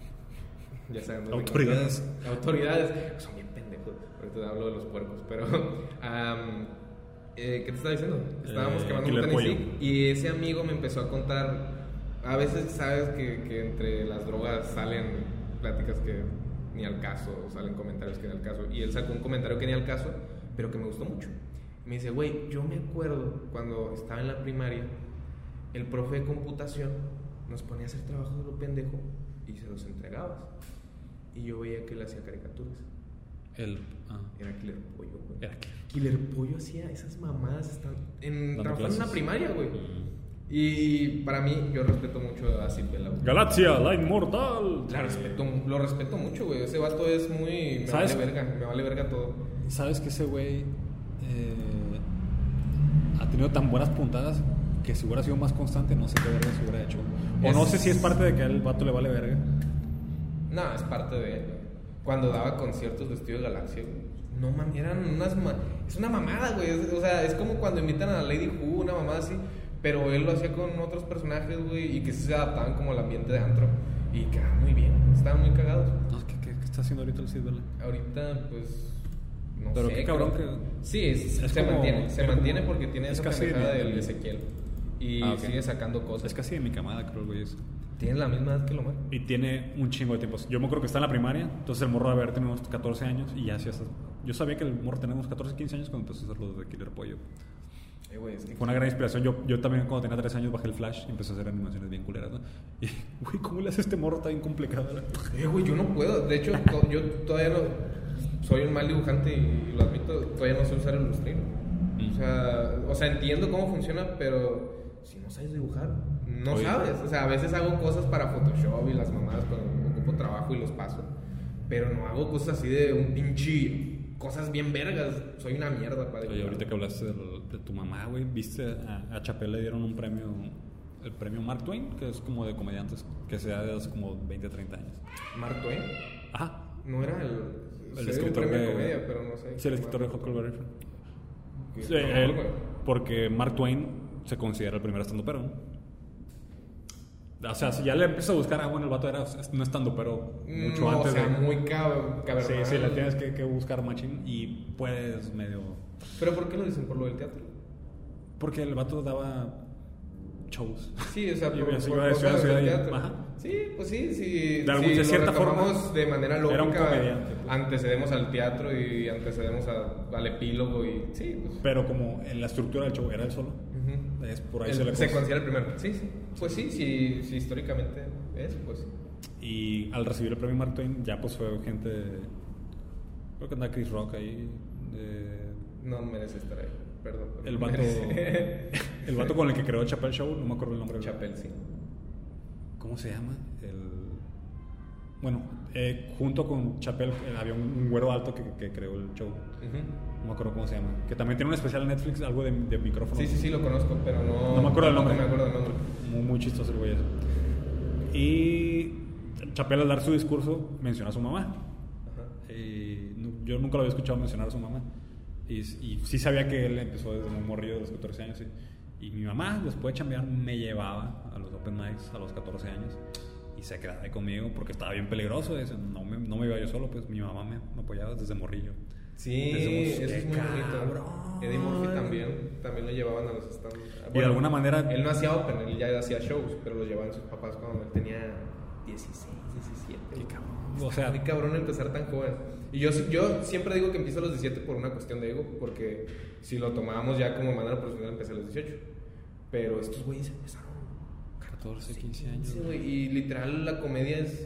Ya saben. Autoridades. Autoridades. Son bien pendejos. Ahorita hablo de los puercos, pero... Um, eh, ¿Qué te estaba diciendo? Estábamos eh, quemando mota en I S I C y ese amigo me empezó a contar... A veces sabes que, que entre las drogas salen pláticas que... ni al caso, salen comentarios que ni al caso. Y él sacó un comentario que ni al caso, pero que me gustó mucho. Me dice, güey, yo me acuerdo cuando estaba en la primaria, el profe de computación nos ponía a hacer trabajos de lo pendejo y se los entregabas. Y yo veía que él hacía caricaturas. El, ah. Era Killer Pollo, güey. Era Killer. Killer Pollo hacía esas mamadas. Están en, trabajando en una primaria, güey. Mm. Y para mí, yo respeto mucho a Silvela. Galaxia, la inmortal. La respeto, lo respeto mucho, güey. Ese vato es muy... Me ¿Sabes? vale verga, me vale verga todo. ¿Sabes que ese güey eh, ha tenido tan buenas puntadas que si hubiera sido más constante no sé qué verga se hubiera hecho? O es... no sé si es parte de que al vato le vale verga. No, es parte de él. Cuando daba conciertos vestido de Galaxia, güey. No, man, eran unas... Ma... Es una mamada, güey. O sea, es como cuando invitan a Lady Who, una mamada así... Pero él lo hacía con otros personajes, güey, y que sí se adaptaban como al ambiente de antro. Y quedaban muy bien, estaban muy cagados. No, ¿qué, qué, qué está haciendo ahorita el Sid Vela? Ahorita, pues, no pero sé. Pero qué cabrón que... Sí, es, es se como, mantiene, se mantiene como, porque tiene esa pendejada del Ezequiel. Y ah, okay. sigue sacando cosas. Es casi de mi camada, creo, güey. Es. Tiene la misma edad que Lomar. Y tiene un chingo de tiempo. Yo me acuerdo que está en la primaria, entonces el morro de haber tenido unos catorce años y ya hacía... Yo sabía que el morro tenía unos catorce, quince años cuando empezó a hacer lo de Killer Pollo. Eh, wey, es que fue una gran inspiración. Yo, yo también cuando tenía tres años bajé el Flash y empecé a hacer animaciones bien culeras, ¿no? Y, güey, ¿cómo le hace este morro? Está bien complicado. Eh, güey, yo no puedo. De hecho, to, yo todavía no... Soy un mal dibujante y lo admito, todavía no sé usar el Illustrator. Mm. O sea, o sea, entiendo cómo funciona, pero si no sabes dibujar, no Oye. sabes. O sea, a veces hago cosas para Photoshop y las mamadas cuando ocupo trabajo y los paso. pero no hago cosas así de un pinche... Cosas bien vergas. Soy una mierda, padre. Oye, ahorita que hablaste de, de tu mamá, güey, ¿viste? A, a Chapel le dieron un premio, el premio Mark Twain, que es como de comediantes, que se da de hace como veinte, treinta años. ¿Mark Twain? Ajá. No era el... El escritor un premio de... de comedia, pero no sé. Sí, el escritor de Huckleberry Finn. Sí, no, él, bueno. porque Mark Twain se considera el primer estandupero, ¿no? O sea, si ya le empiezas a buscar, ah, bueno, el vato era un estandupero mucho no, antes. O sea, de... muy cab- cabernal. Sí, sí, le tienes que, que buscar machín y puedes medio... ¿Pero por qué lo dicen? ¿Por lo del teatro? Porque el vato daba shows. Sí, o sea, por, por, por ciudad, cosas ciudad, del ciudad, teatro. Ajá. Sí, pues sí, sí. De, algún, si de cierta lo forma. De manera lógica. Era un comediante. Antecedemos al teatro y antecedemos a, al epílogo y sí. Pues. Pero como en la estructura del show era él solo. Uh-huh. Es por ahí el, se le Se considera el primero. Sí, sí. Pues sí, sí, sí, históricamente es, pues. Y al recibir el premio Mark Twain, ya pues fue gente. Creo que anda Chris Rock ahí. De... No merece estar ahí. Perdón. El vato, el vato con el que creó Chappelle Show, no me acuerdo el nombre. Chappelle, sí. ¿Cómo se llama? El... Bueno, eh, junto con Chappelle eh, había un, un güero alto que, que creó el show. Uh-huh. No me acuerdo cómo se llama. Que también tiene un especial en Netflix, algo de, de micrófono. Sí, sí, sí, lo conozco, pero no... No me acuerdo del nombre. No me acuerdo del nombre. Muy, muy chistoso el güey ese. Y Chappelle al dar su discurso menciona a su mamá. Uh-huh. Y no, yo nunca lo había escuchado mencionar a su mamá. Y, y sí sabía que él empezó desde muy morrido, de los catorce años. Y, y mi mamá, después de chambear, me llevaba a los open mics a los catorce años. Y se quedaba ahí conmigo porque estaba bien pelegroso. Eso. No, me, no me iba yo solo, pues mi mamá me, me apoyaba desde morrillo. Sí, desde eso es muy cabrón. bonito. Eddie Murphy también, también lo llevaban a los stands. Bueno, y de alguna manera... Él no hacía open, él ya hacía shows, pero lo llevaban sus papás cuando él tenía dieciséis, diecisiete. Qué cabrón. O sea, muy cabrón empezar tan joven. Y yo, yo siempre digo que empiezo a los diecisiete por una cuestión de ego, porque si lo tomábamos ya como manera profesional empecé a los dieciocho. Pero estos güeyes empezaron catorce, quince años. Sí, güey, y literal la comedia es...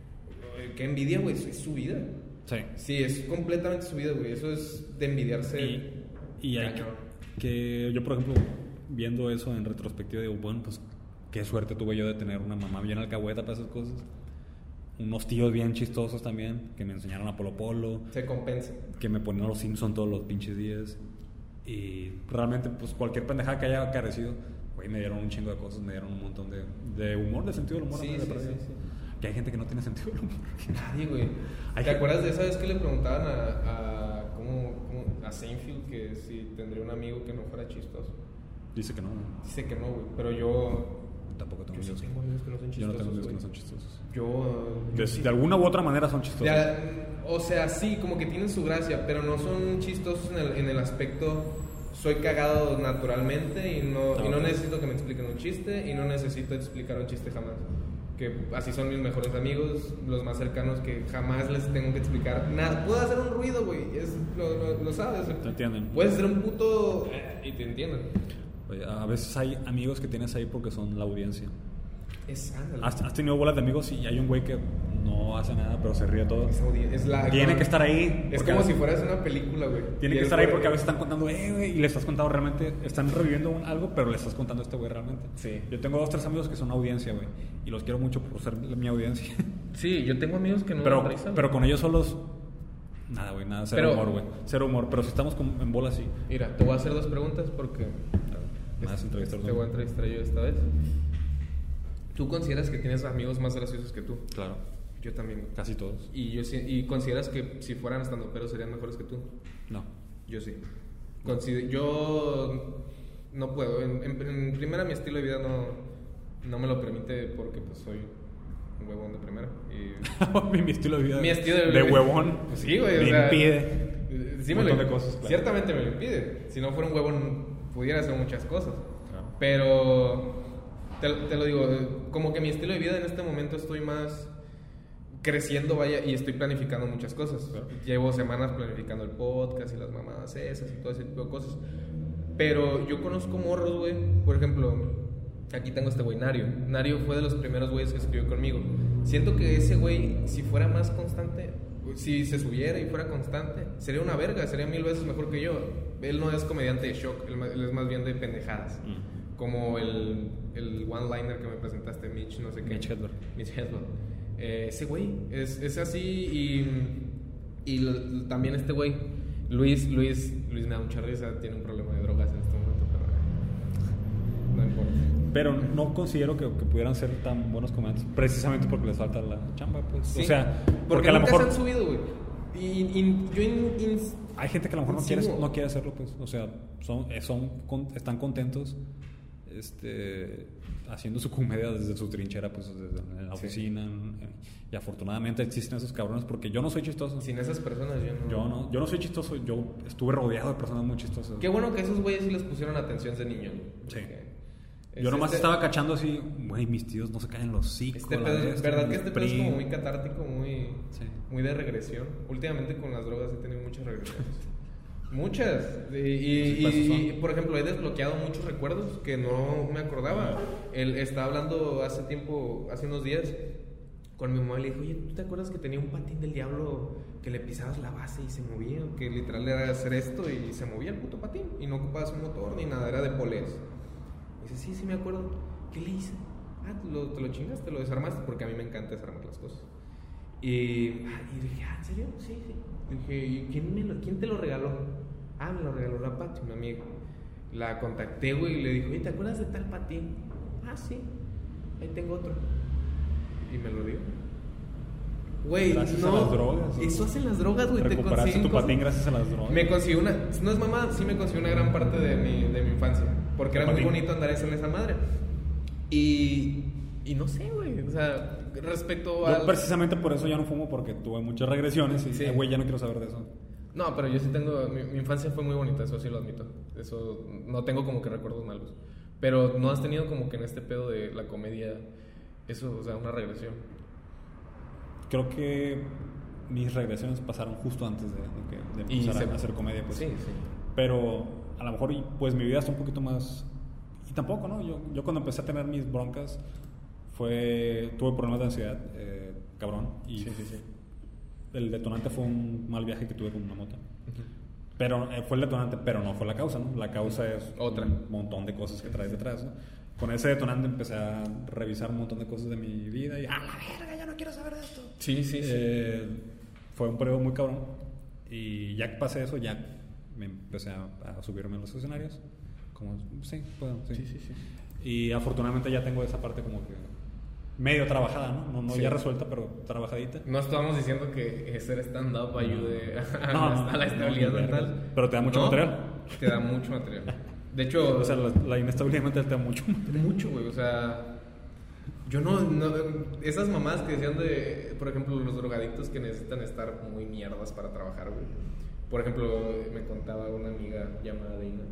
Qué envidia, güey, es su vida. Sí. Sí, es completamente su vida, güey. Eso es de envidiarse. Y, y hay que, que yo, por ejemplo, viendo eso en retrospectiva, digo, bueno, pues qué suerte tuve yo de tener una mamá bien alcahueta para esas cosas. Unos tíos bien chistosos también, que me enseñaron a Polo Polo. Se compensa. Que me ponían los Simpsons todos los pinches días. Y realmente, pues cualquier pendejada que haya carecido, güey, me dieron un chingo de cosas, me dieron un montón de, de humor, de sentido del humor. Sí, sí, sí, sí. Que hay gente que no tiene sentido del humor. Nadie, güey. ¿Te acuerdas de esa vez que le preguntaban a, a, ¿cómo, cómo, a Seinfeld que si tendría un amigo que no fuera chistoso? Dice que no. Dice que no, güey. Pero yo... Tampoco tengo yo amigos. Sí tengo amigos que no son chistosos. Yo no tengo amigos wey. que no son chistosos. Yo... De, sí. de alguna u otra manera son chistosos. Ya, o sea, sí, como que tienen su gracia, pero no son chistosos en el, en el aspecto... Soy cagado naturalmente y no, no, y no necesito que me expliquen un chiste y no necesito explicar un chiste jamás. Que así son mis mejores amigos, los más cercanos, que jamás les tengo que explicar nada. Puedo hacer un ruido, güey, lo, lo, lo sabes. Te entienden. Puedes ser un puto y te entienden. Oye, a veces hay amigos que tienes ahí porque son la audiencia. Es has, has tenido bolas de amigos y hay un güey que no hace nada pero se ríe todo. Es, es la, tiene como, que estar ahí. Es como si fueras una película, güey. Tiene que estar ahí porque a veces están contando, eh, güey, y le estás contando realmente, están reviviendo un, algo, pero le estás contando a este güey realmente. Sí. Yo tengo dos, tres amigos que son audiencia, güey, y los quiero mucho por ser mi audiencia. Sí, yo tengo amigos que no pero, me pero con ellos solos, nada, güey, nada, cero pero, humor, güey. Cero humor, pero si estamos con, en bola, sí. Mira, te voy a hacer dos preguntas porque... Más entrevistar Te voy a entrevistar yo esta vez. ¿Tú consideras que tienes amigos más graciosos que tú? Claro. Yo también. Casi todos. ¿Y, yo, y consideras que si fueran estandoperos serían mejores que tú? No. Yo sí. Consider yo no puedo. En, en, en primera, mi estilo de vida no, no me lo permite porque pues soy un huevón de primera. Y mi estilo de vida. Mi estilo de, de huevón. Pues sí, güey. Me o sea, impide. Sí, un me montón lo, de cosas. Claro. Ciertamente me lo impide. Si no fuera un huevón, pudiera hacer muchas cosas. Claro. Pero... Te, te lo digo, como que mi estilo de vida en este momento estoy más creciendo, vaya, y estoy planificando muchas cosas. Claro. Llevo semanas planificando el podcast y las mamadas esas y todo ese tipo de cosas. Pero yo conozco morros, güey. Por ejemplo, aquí tengo este güey, Nario. Nario fue de los primeros güeyes que escribió conmigo. Siento que ese güey, si fuera más constante, si se subiera y fuera constante, sería una verga, sería mil veces mejor que yo. Él no es comediante de shock, él, él es más bien de pendejadas. Mm. Como el, el one-liner que me presentaste, Mitch, no sé qué. Mitch Hedberg. Mitch Hedberg. Eh, ese güey, es, es así y, y lo, también este güey, Luis, Luis, Luis me da mucha risa, tiene un problema de drogas en este momento, pero no importa. Pero no considero que, que pudieran ser tan buenos comediantes, precisamente porque les falta la chamba, pues. Sí, o sea, porque, porque a lo nunca mejor... se han subido, güey. Y, y, yo in, in, hay gente que a lo mejor no quiere, no quiere hacerlo, pues. O sea, son, son, están contentos este, haciendo su comedia desde su trinchera, pues, desde en la oficina. Sí. Y afortunadamente existen esos cabrones, porque yo no soy chistoso. Sin esas personas yo no... Yo no, yo no soy chistoso, yo estuve rodeado de personas muy chistosas. Qué bueno que esos güeyes sí les pusieron atención de niño. Sí. Yo nomás este, estaba cachando así, güey, mis tíos no se caen los hocico. Este pedo, esto, verdad que este pedo es como muy catártico, muy, sí. muy de regresión. Últimamente con las drogas he tenido muchas regresiones. Muchas. Y, y, y, y por ejemplo, he desbloqueado muchos recuerdos que no me acordaba. Él estaba hablando hace tiempo, hace unos días, con mi mamá y le dijo, oye, ¿tú te acuerdas que tenía un patín del diablo que le pisabas la base y se movía? Que literal era hacer esto y se movía el puto patín. Y no ocupabas un motor ni nada, era de polés. Dice, sí, sí me acuerdo. ¿Qué le hice? Ah, te lo, te lo chingaste, lo desarmaste, porque a mí me encanta desarmar las cosas. Y, ah, y dije, ah, ¿en serio? Sí, sí. Dije, ¿y quién, me lo, quién te lo regaló? Ah, me lo regaló la Pati, una amiga. La contacté, güey, y le dije, oye, ¿te acuerdas de tal patín? Ah, sí. Ahí tengo otro. Y me lo dio. Güey, gracias no, a las drogas. Eso hacen las drogas, güey. Recuperaste tu patín gracias a las drogas. Me consiguió una, no es mamá, sí me consiguió una gran parte de mi, de mi infancia. Porque era muy bonito andar en esa madre. Y, y no sé, güey. O sea, respecto a. Yo precisamente por eso ya no fumo, porque tuve muchas regresiones. Y, sí. güey, ya no quiero saber de eso. No, pero yo sí tengo. Mi, mi infancia fue muy bonita, eso sí lo admito. Eso. No tengo como que recuerdos malos. Pero no has tenido como que en este pedo de la comedia. Eso, o sea, una regresión. Creo que mis regresiones pasaron justo antes de, de, de empezar se, a hacer comedia, pues. Sí, sí. Pero a lo mejor, pues mi vida está un poquito más. Y tampoco, ¿no? Yo, yo cuando empecé a tener mis broncas, fue tuve problemas de ansiedad, eh, cabrón. Y sí, sí, sí. El detonante fue un mal viaje que tuve con una moto. Uh-huh. Pero eh, fue el detonante, pero no fue la causa, ¿no? La causa es otra. Un montón de cosas que traes detrás, ¿no? Con ese detonante empecé a revisar un montón de cosas de mi vida y ¡ah, la verga, ya no quiero saber de esto! Sí, sí, sí. Eh, fue un periodo muy cabrón. Y ya que pasé eso, ya me empecé a, a subirme a los escenarios. Como, sí, puedo, sí. Sí, sí, sí. Y afortunadamente ya tengo esa parte como que medio trabajada, ¿no? No, no sí. ya resuelta, pero trabajadita. No estábamos diciendo que ser stand-up ayude a, no, no, a la estabilidad no, mental. Pero te da mucho no, material. Te da mucho material. De hecho... O sea, la, la inestabilidad mental te da mucho material. Mucho, güey. O sea... Yo no, no... Esas mamás que decían de... Por ejemplo, los drogadictos que necesitan estar muy mierdas para trabajar, güey. Por ejemplo, me contaba una amiga llamada Dina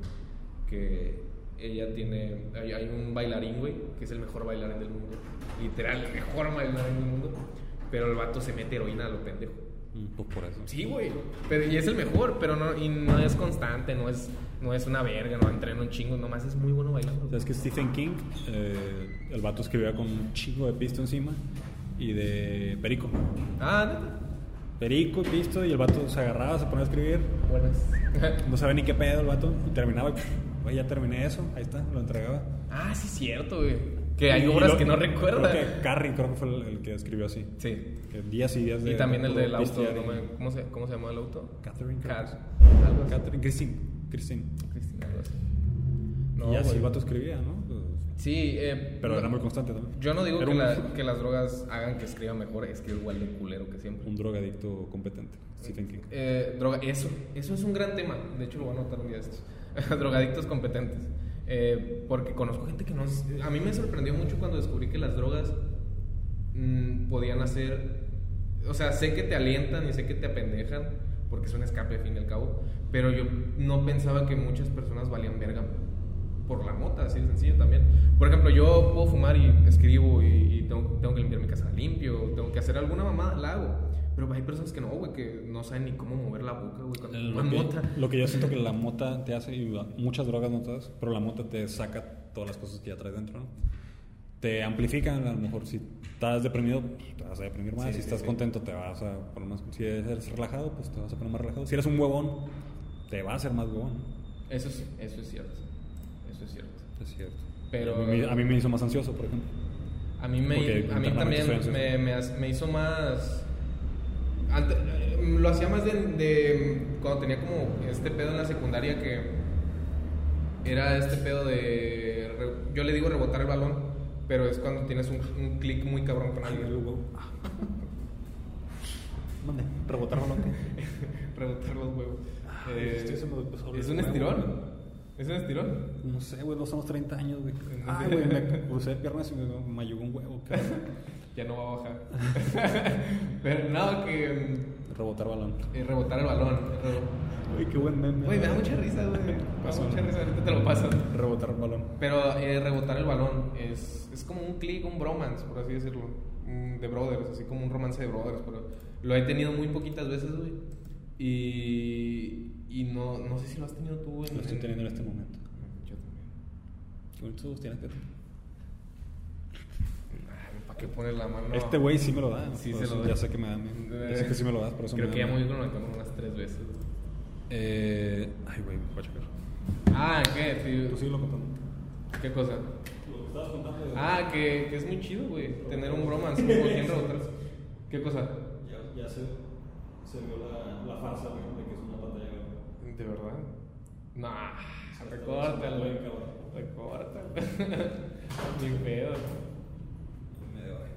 que ella tiene... Hay, hay un bailarín, güey, que es el mejor bailarín del mundo. Literal, el mejor bailarín del mundo. Pero el vato se mete heroína a lo pendejo. Pues por eso. Sí, güey. Pero, y es el mejor, pero no, y no es constante, no es, no es una verga, no entrena un chingo, nomás es muy bueno bailando. ¿Sabes que Stephen King, eh, el vato escribía con un chingo de pisto encima y de perico? Ah, ¿neta? Perico, pisto, y el vato se agarraba, se ponía a escribir. Buenas. No sabía ni qué pedo el vato, y terminaba y pff, güey, ya terminé eso, ahí está, lo entregaba. Ah, sí, cierto, güey. Que hay obras lo, que no recuerda. Creo que Carrie, creo que fue el, el que escribió así. Sí. Que días y días de... Y también el del auto, no me, ¿cómo, se, ¿cómo se llamaba el auto? Catherine. Cat, algo así. Catherine, Christine. Christine. Christine, algo así. No, y ya, sí, el vato escribía, ¿no? Pues, sí. Eh, pero no, era muy constante también. Yo no digo que, un, la, que las drogas hagan que escriba mejor, es que igual de culero que siempre. Un drogadicto competente, Stephen King. Eh, droga, eso, eso es un gran tema. De hecho, lo voy a anotar un día de estos. Drogadictos competentes. Eh, porque conozco gente que no... A mí me sorprendió mucho cuando descubrí que las drogas mmm, podían hacer... O sea, sé que te alientan y sé que te apendejan, porque es un escape al fin y al cabo, pero yo no pensaba que muchas personas valían verga por la mota, así de sencillo también. Por ejemplo, yo puedo fumar y escribo y, y tengo, tengo que limpiar mi casa limpio, tengo que hacer alguna mamada, la hago. Pero hay personas que no, güey, que no saben ni cómo mover la boca, güey, con una mota. Lo que yo siento que la mota te hace, y muchas drogas no todas, pero la mota te saca todas las cosas que ya traes dentro, ¿no? Te amplifican, a lo mejor si estás deprimido, te vas a deprimir más, sí, si sí, estás sí. contento te vas a poner más, si eres relajado, pues te vas a poner más relajado. Si eres un huevón, te va a hacer más huevón. Eso sí, eso es cierto, eso es cierto. Es cierto. Pero... A mí, a mí me hizo más ansioso, por ejemplo. A mí, me, a mí también me, me, me hizo más... Antes, lo hacía más de, de... Cuando tenía como este pedo en la secundaria que... Era este pedo de... Yo le digo rebotar el balón, pero es cuando tienes un, un clic muy cabrón con alguien. ¿Dónde? ¿Rebotar balón qué? Rebotar los huevos. Ah, eh, ¿Es un estirón? ¿Es un estirón? No sé, güey, no somos treinta años, güey. Ah, güey, me crucé de piernas y me, me ayudó un huevo. Ya no va a bajar. Pero no, que... Rebotar balón. Eh, rebotar el balón. Uy, qué buen meme. Güey, me da mucha risa, güey. Me da mucha risa, ahorita te lo paso. Rebotar el balón. Pero eh, rebotar el balón es, es como un click, un bromance, por así decirlo. De brothers, así como un romance de brothers. Pero lo he tenido muy poquitas veces, güey. Y... Y no, no sé si lo has tenido tú en... Lo estoy teniendo en este momento. Yo también. Bueno, tú tienes que... ¿Para qué pones la mano? Este güey sí me lo da. Sí, se lo da. Ya sé que me da. Ya sé que sí me lo das, por eso Creo me que da, ya me voy con la cámara unas tres veces. Eh... Ay, güey, voy a checar. Ah, ¿qué? Sí. Tú síguelo contando. ¿Qué cosa? Lo que estabas contando. De... Ah, que, que es muy chido, güey. Tener un bromance con quien rebotar. ¿Qué cosa? Ya, ya se, se vio la, la farsa, güey, de que es una pantalla grande. ¿De verdad? Nah, recórtalo, güey. Recórtalo. Ni pedo. Medio ahí.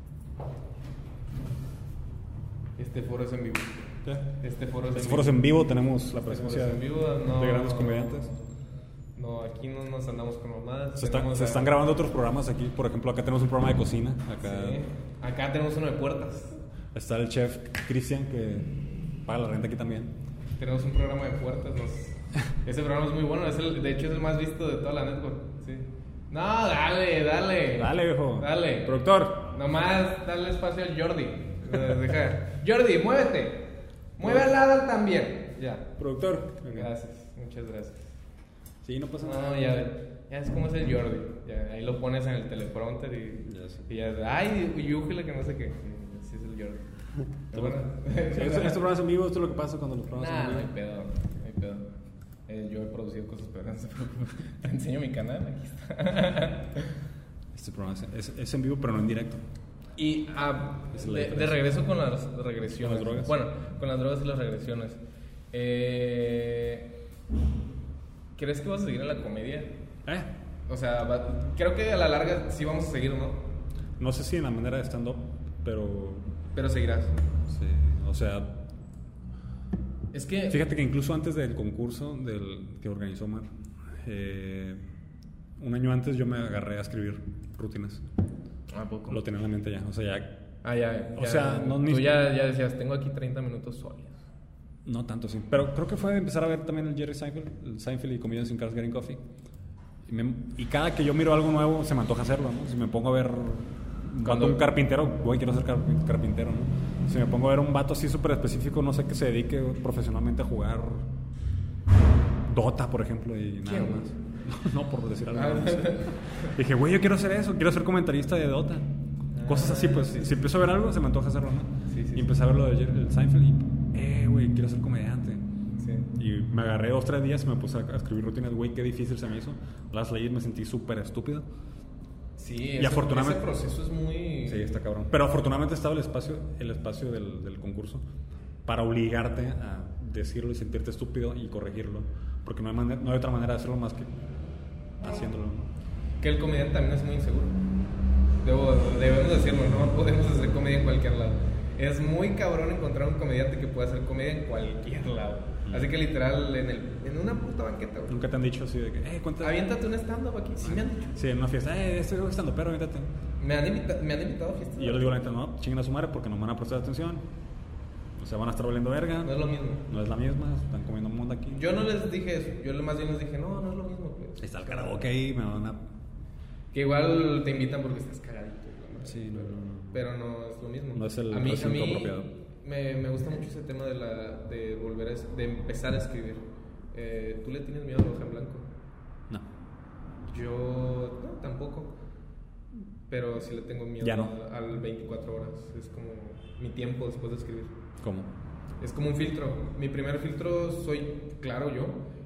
Este foro es en vivo. ¿Qué? Este foro es este en foro vivo. es en vivo, tenemos la Este presencia en vivo, no, de grandes comediantes. No, aquí no nos andamos con mamadas. Se, está, se a... están grabando otros programas aquí. Por ejemplo, acá tenemos un programa de cocina. Acá, sí. Acá tenemos uno de puertas. Está el chef Cristian, que paga la renta aquí también. Tenemos un programa de puertas. Nos... Ese programa es muy bueno. Es el, de hecho, es el más visto de toda la network. Sí. No, dale, dale. Dale, viejo. Dale. Productor. Nomás dale espacio al Jordi. Deja. Jordi, muévete. Mueve al lado también. Ya. Productor. Gracias. Muchas gracias. Sí, no pasa no, nada. No, ya, ya es como es el Jordi. Ya, ahí lo pones en el teleprompter y ya, sí. y ya, ay, yújile que no sé qué. Sí, es el Jordi. Bueno. Sí, estos este programas en vivo, esto es lo que pasa cuando los programas nah, en vivo. No hay pedo, no hay pedo. Eh, yo he producido cosas, pero no se preocupe. Te enseño mi canal, aquí está. Este programa es, es, es en vivo, pero no en directo. Y ah, de, de regreso con las regresiones. ¿Con las drogas? Bueno, con las drogas y las regresiones. Eh, ¿Crees que vas a seguir en la comedia? ¿Eh? O sea, va, creo que a la larga sí vamos a seguir, ¿no? No sé si en la manera de stand-up, pero... Pero seguirás. Sí, o sea... Es que... Fíjate que incluso antes del concurso del que organizó Mar, eh, un año antes yo me agarré a escribir rutinas. ¿A poco? Lo tenía en la mente ya, o sea, ya... Ah, ya, o ya, sea, no... Tú Ni... ya, ya decías, tengo aquí treinta minutos sólidos. No tanto, sí. Pero creo que fue empezar a ver también el Jerry Seinfeld, el Seinfeld y Comedians in Cars Getting Coffee. Y, me, y cada que yo miro algo nuevo, se me antoja hacerlo, ¿no? Si me pongo a ver un vato, un carpintero, güey, quiero ser carpintero, ¿no? Si me pongo a ver un vato así súper específico, no sé, que se dedique profesionalmente a jugar Dota, por ejemplo, y nada ¿Quién? más. No, no, por decir algo. No sé. Dije, güey, yo quiero hacer eso, quiero ser comentarista de Dota. Cosas así, pues. Sí. Si empiezo a ver algo, se me antoja hacerlo, ¿no? Sí, sí, y empecé a ver lo de Jerry, el Seinfeld y, eh, güey, quiero ser comediante. Sí. Y me agarré dos, tres días y me puse a escribir rutinas, güey, qué difícil se me hizo. Las leí y me sentí súper estúpido. Sí, y ese, afortunadamente, ese proceso es muy... Sí, está cabrón. Pero afortunadamente estaba el espacio, el espacio del, del concurso para obligarte a decirlo y sentirte estúpido y corregirlo. Porque no hay, manera, no hay otra manera de hacerlo más que haciéndolo, ¿no? Que el comediante también es muy inseguro. Debo, debemos decirlo, no podemos hacer comedia en cualquier lado. Es muy cabrón encontrar un comediante que pueda hacer comedia en cualquier lado. Así que literal, en, el, en una puta banqueta, güey. ¿Nunca te han dicho así de que, eh, cuéntame? Aviéntate un stand-up aquí. Sí me han dicho. Sí, en una fiesta, eh, estoy stand-up, pero aviéntate. Me han, invita- me han invitado a fiestas. Y yo les digo a la gente, no, chinguen a su madre porque no me van a prestar atención. O sea, van a estar valiendo verga. No es lo mismo. No es la misma, están comiendo un mundo aquí. Yo no les dije eso. Yo más bien les dije, no, no es lo mismo, pues. Está el karaoke ahí, me van a... Que igual te invitan porque estás cagadito, ¿no? Sí, no, no, no. Pero no es lo mismo. No es el a mí, a recinto mí apropiado. Me, me gusta mucho ese tema de, la, de volver a, es- de empezar a escribir. Eh, ¿Tú le tienes miedo a la hoja en blanco? No. Yo no, tampoco. Pero sí le tengo miedo Ya no. al, al veinticuatro horas. Es como mi tiempo después de escribir. ¿Cómo? Es como un filtro. Mi primer filtro soy, claro, yo.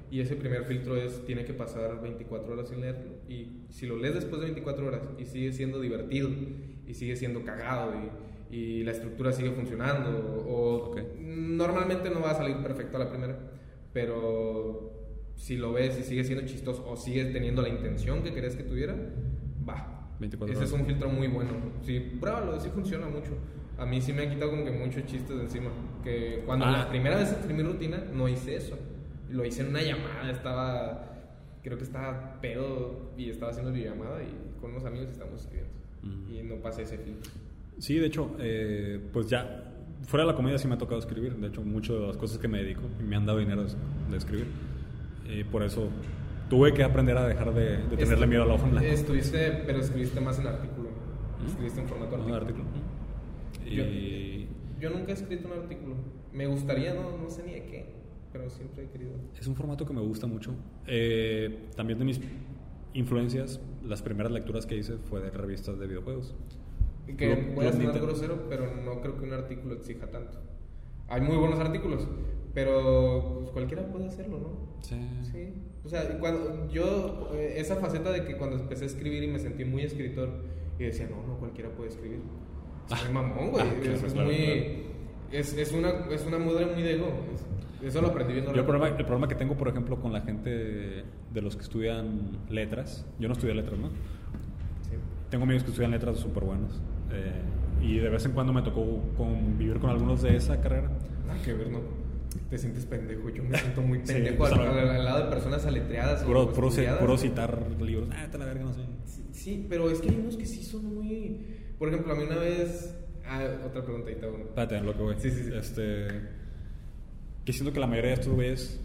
y ese primer filtro es, tiene que pasar veinticuatro horas sin leerlo, y si lo lees después de veinticuatro horas y sigue siendo divertido, y sigue siendo cagado, y, y la estructura sigue funcionando, o okay. normalmente no va a salir perfecto a la primera, pero si lo ves y sigue siendo chistoso, o sigue teniendo la intención que querías que tuviera, va. veinticuatro Ese horas. Es un filtro muy bueno. Sí, pruébalo, sí funciona mucho. A mí sí me ha quitado como que muchos chistes de encima. Que cuando ah. la primera vez escribí mi rutina, no hice eso. Lo hice en una llamada, estaba... Creo que estaba pedo y estaba haciendo videollamada y con unos amigos estábamos escribiendo. Mm. Y no pasé ese filtro. Sí, de hecho, eh, pues ya... Fuera de la comedia sí me ha tocado escribir. De hecho, muchas de las cosas que me dedico me han dado dinero de escribir. Y por eso... Tuve que aprender a dejar de, de tenerle Estu- miedo a la hoja en blanco. Estuviste, pero escribiste más en artículo. ¿Mm? Escribiste en formato artículo. No, artículo. ¿Mm? Yo, y... yo nunca he escrito un artículo. Me gustaría, no, no sé ni de qué, pero siempre he querido. Es un formato que me gusta mucho. Eh, también de mis influencias, las primeras lecturas que hice fue de revistas de videojuegos. Y que Club, voy a sonar grosero, pero no creo que un artículo exija tanto. Hay muy buenos artículos, pero pues, cualquiera puede hacerlo, ¿no? Sí. Sí. O sea, cuando yo, eh, esa faceta de que cuando empecé a escribir y me sentí muy escritor, y decía, no, no cualquiera puede escribir. Es muy mamón, güey. Ah, es, es, claro, muy, claro. es, es, una, es una mudra muy de ego. Es, eso lo aprendí viendo. Yo el problema, el problema que tengo, por ejemplo, con la gente de, de los que estudian letras, yo no estudié letras, ¿no? Sí. Tengo amigos que estudian letras súper buenos. Eh, y de vez en cuando me tocó convivir con algunos de esa carrera. Nada que ver, ¿no? Te sientes pendejo, yo me siento muy pendejo sí, al, al, al lado de personas aletreadas. Puro, o puro, puro citar libros. Ah, te la verga, no sé. Sí, sí, pero es que hay unos que sí son muy... Por ejemplo, a mí una vez... Ah, otra preguntita. Bueno. Espérate, en lo que voy. Sí, sí, sí. Este... Que siento que la mayoría de estos güeyes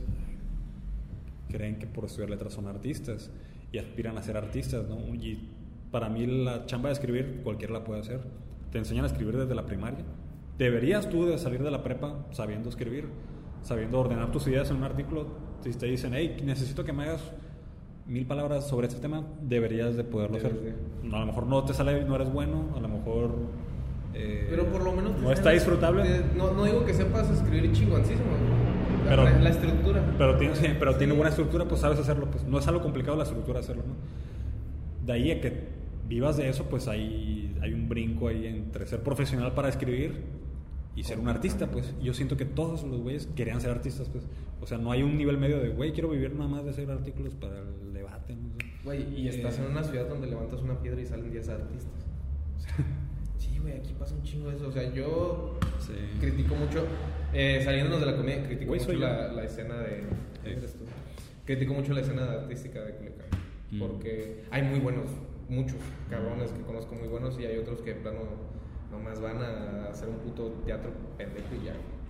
creen que por estudiar letras son artistas y aspiran a ser artistas, ¿no? Y para mí la chamba de escribir cualquiera la puede hacer. Te enseñan a escribir desde la primaria. Deberías tú de salir de la prepa sabiendo escribir, sabiendo ordenar tus ideas en un artículo. Si te dicen, hey, necesito que me hagas mil palabras sobre este tema, deberías de poderlo hacer. Sí. A lo mejor no te sale, no eres bueno, a lo mejor eh, pero por lo menos no está disfrutable. Te, no, no digo que sepas escribir chingoncísimo, la, pero, la estructura. Pero tiene, sí, pero sí. tiene buena estructura, pues sabes hacerlo. Pues no es algo complicado la estructura hacerlo, ¿no? De ahí a que vivas de eso, pues hay, hay un brinco ahí entre ser profesional para escribir y ser un artista, pues. Yo siento que todos los güeyes querían ser artistas, pues. O sea, no hay un nivel medio de, güey, quiero vivir nada más de hacer artículos para el debate, no sé. Güey, y estás eh, en una ciudad donde levantas una piedra y salen diez artistas. O sea, sí, güey, aquí pasa un chingo de eso. O sea, yo sí. critico mucho, eh, saliéndonos de la comedia, critico güey, mucho la, la escena de... Eh. Critico mucho la escena artística de Culiacán. Mm. Porque hay muy buenos, muchos cabrones que conozco muy buenos, y hay otros que de plano... nomás van a hacer un puto teatro pendejo y ya.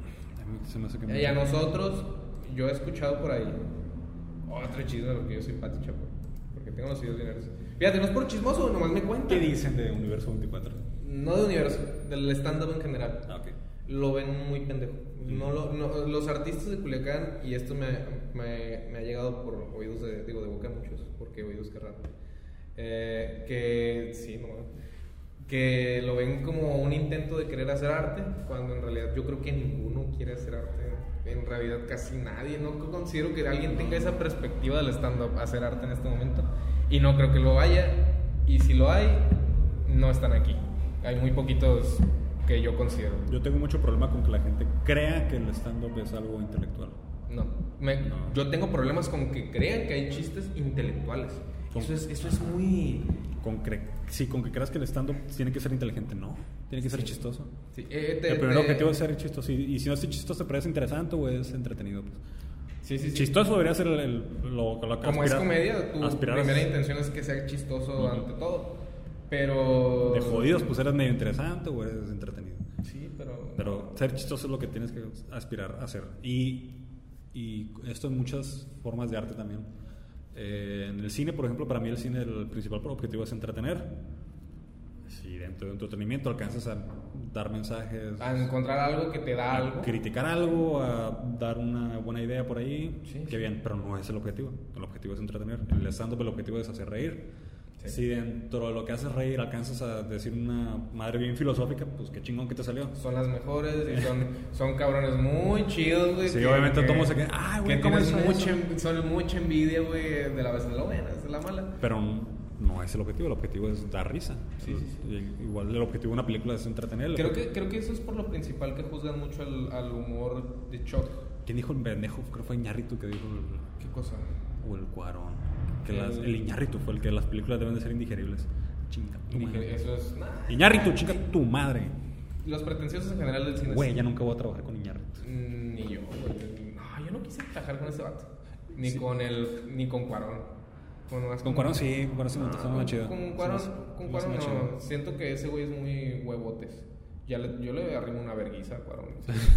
Se me hace que me... Y a nosotros, yo he escuchado por ahí otro chisme, porque yo soy Pati Chapo, porque tengo los videos dineros. Fíjate, no es por chismoso, nomás me cuentan. ¿Qué dicen de Universo veinticuatro? No de Universo, del stand-up en general. Ah, ok. Lo ven muy pendejo. Mm. No lo, no, los artistas de Culiacán, y esto me, me, me ha llegado por oídos de, digo, de boca muchos, porque oídos que raro. Eh, que, sí, no, que lo ven como un intento de querer hacer arte, cuando en realidad yo creo que ninguno quiere hacer arte. En realidad casi nadie. No considero que alguien tenga esa perspectiva del stand-up, hacer arte en este momento, y no creo que lo haya, y si lo hay, no están aquí. Hay muy poquitos que yo considero. Yo tengo mucho problema con que la gente crea que el stand-up es algo intelectual. No, me, no. Yo tengo problemas con que crean que hay chistes intelectuales. Con, eso es, eso es muy... Con cre- sí, con que creas que el stand-up tiene que ser inteligente, no. Tiene que ser sí. chistoso. Sí. Eh, te, el primer te... objetivo es ser chistoso. Y, y si no es chistoso, ¿te parece interesante o es entretenido? Pues. Sí, sí, sí. Chistoso debería ser el, el, lo, lo que Como aspira, es comedia, tu primera a... intención es que sea chistoso uh-huh. ante todo. Pero... De jodidos, pues eres medio interesante o eres entretenido. Sí, pero... Pero ser chistoso es lo que tienes que aspirar a hacer. Y, y esto en muchas formas de arte también. Eh, en el cine, por ejemplo, para mí el cine, el principal objetivo es entretener. Si dentro de entretenimiento alcanzas a dar mensajes, a encontrar algo que te da a algo, criticar algo, a dar una buena idea por ahí, sí, qué sí. bien, pero no es el objetivo. El objetivo es entretener. El stand-up, el objetivo es hacer reír. Sí. Si dentro de lo que haces reír alcanzas a decir una madre bien filosófica, pues qué chingón que te salió. Son las mejores y son, son cabrones muy chidos, güey. Sí, que, obviamente que, todos se quedan, ah, güey, ¿cómo es mucha, son mucha envidia, güey, de la vez de la buena, de la mala. Pero no es el objetivo, el objetivo es dar risa. Sí, sí, sí. Igual el objetivo de una película es entretener. Creo que, creo que eso es por lo principal que juzgan mucho al, al humor de shock. ¿Quién dijo el pendejo? Creo que fue Iñárritu que dijo el... ¿Qué cosa? O el Cuarón. Que las, el Iñárritu fue el que las películas deben de ser indigeribles. Chinga tu madre. Eso es... Nah, Iñárritu, chinga tu madre. Los pretenciosos en general del cine. Güey, ya nunca voy a trabajar con Iñárritu. Mm, ni yo, güey. No, yo no quise trabajar con ese vato. Ni sí. con el... Ni con Cuarón. Con, con Cuarón sí, con Cuarón sí me gusta más chido. Con Cuarón, con Cuarón no. Chido. Siento que ese güey es muy huevotes. Ya le, yo le arrimo una verguiza a Cuarón.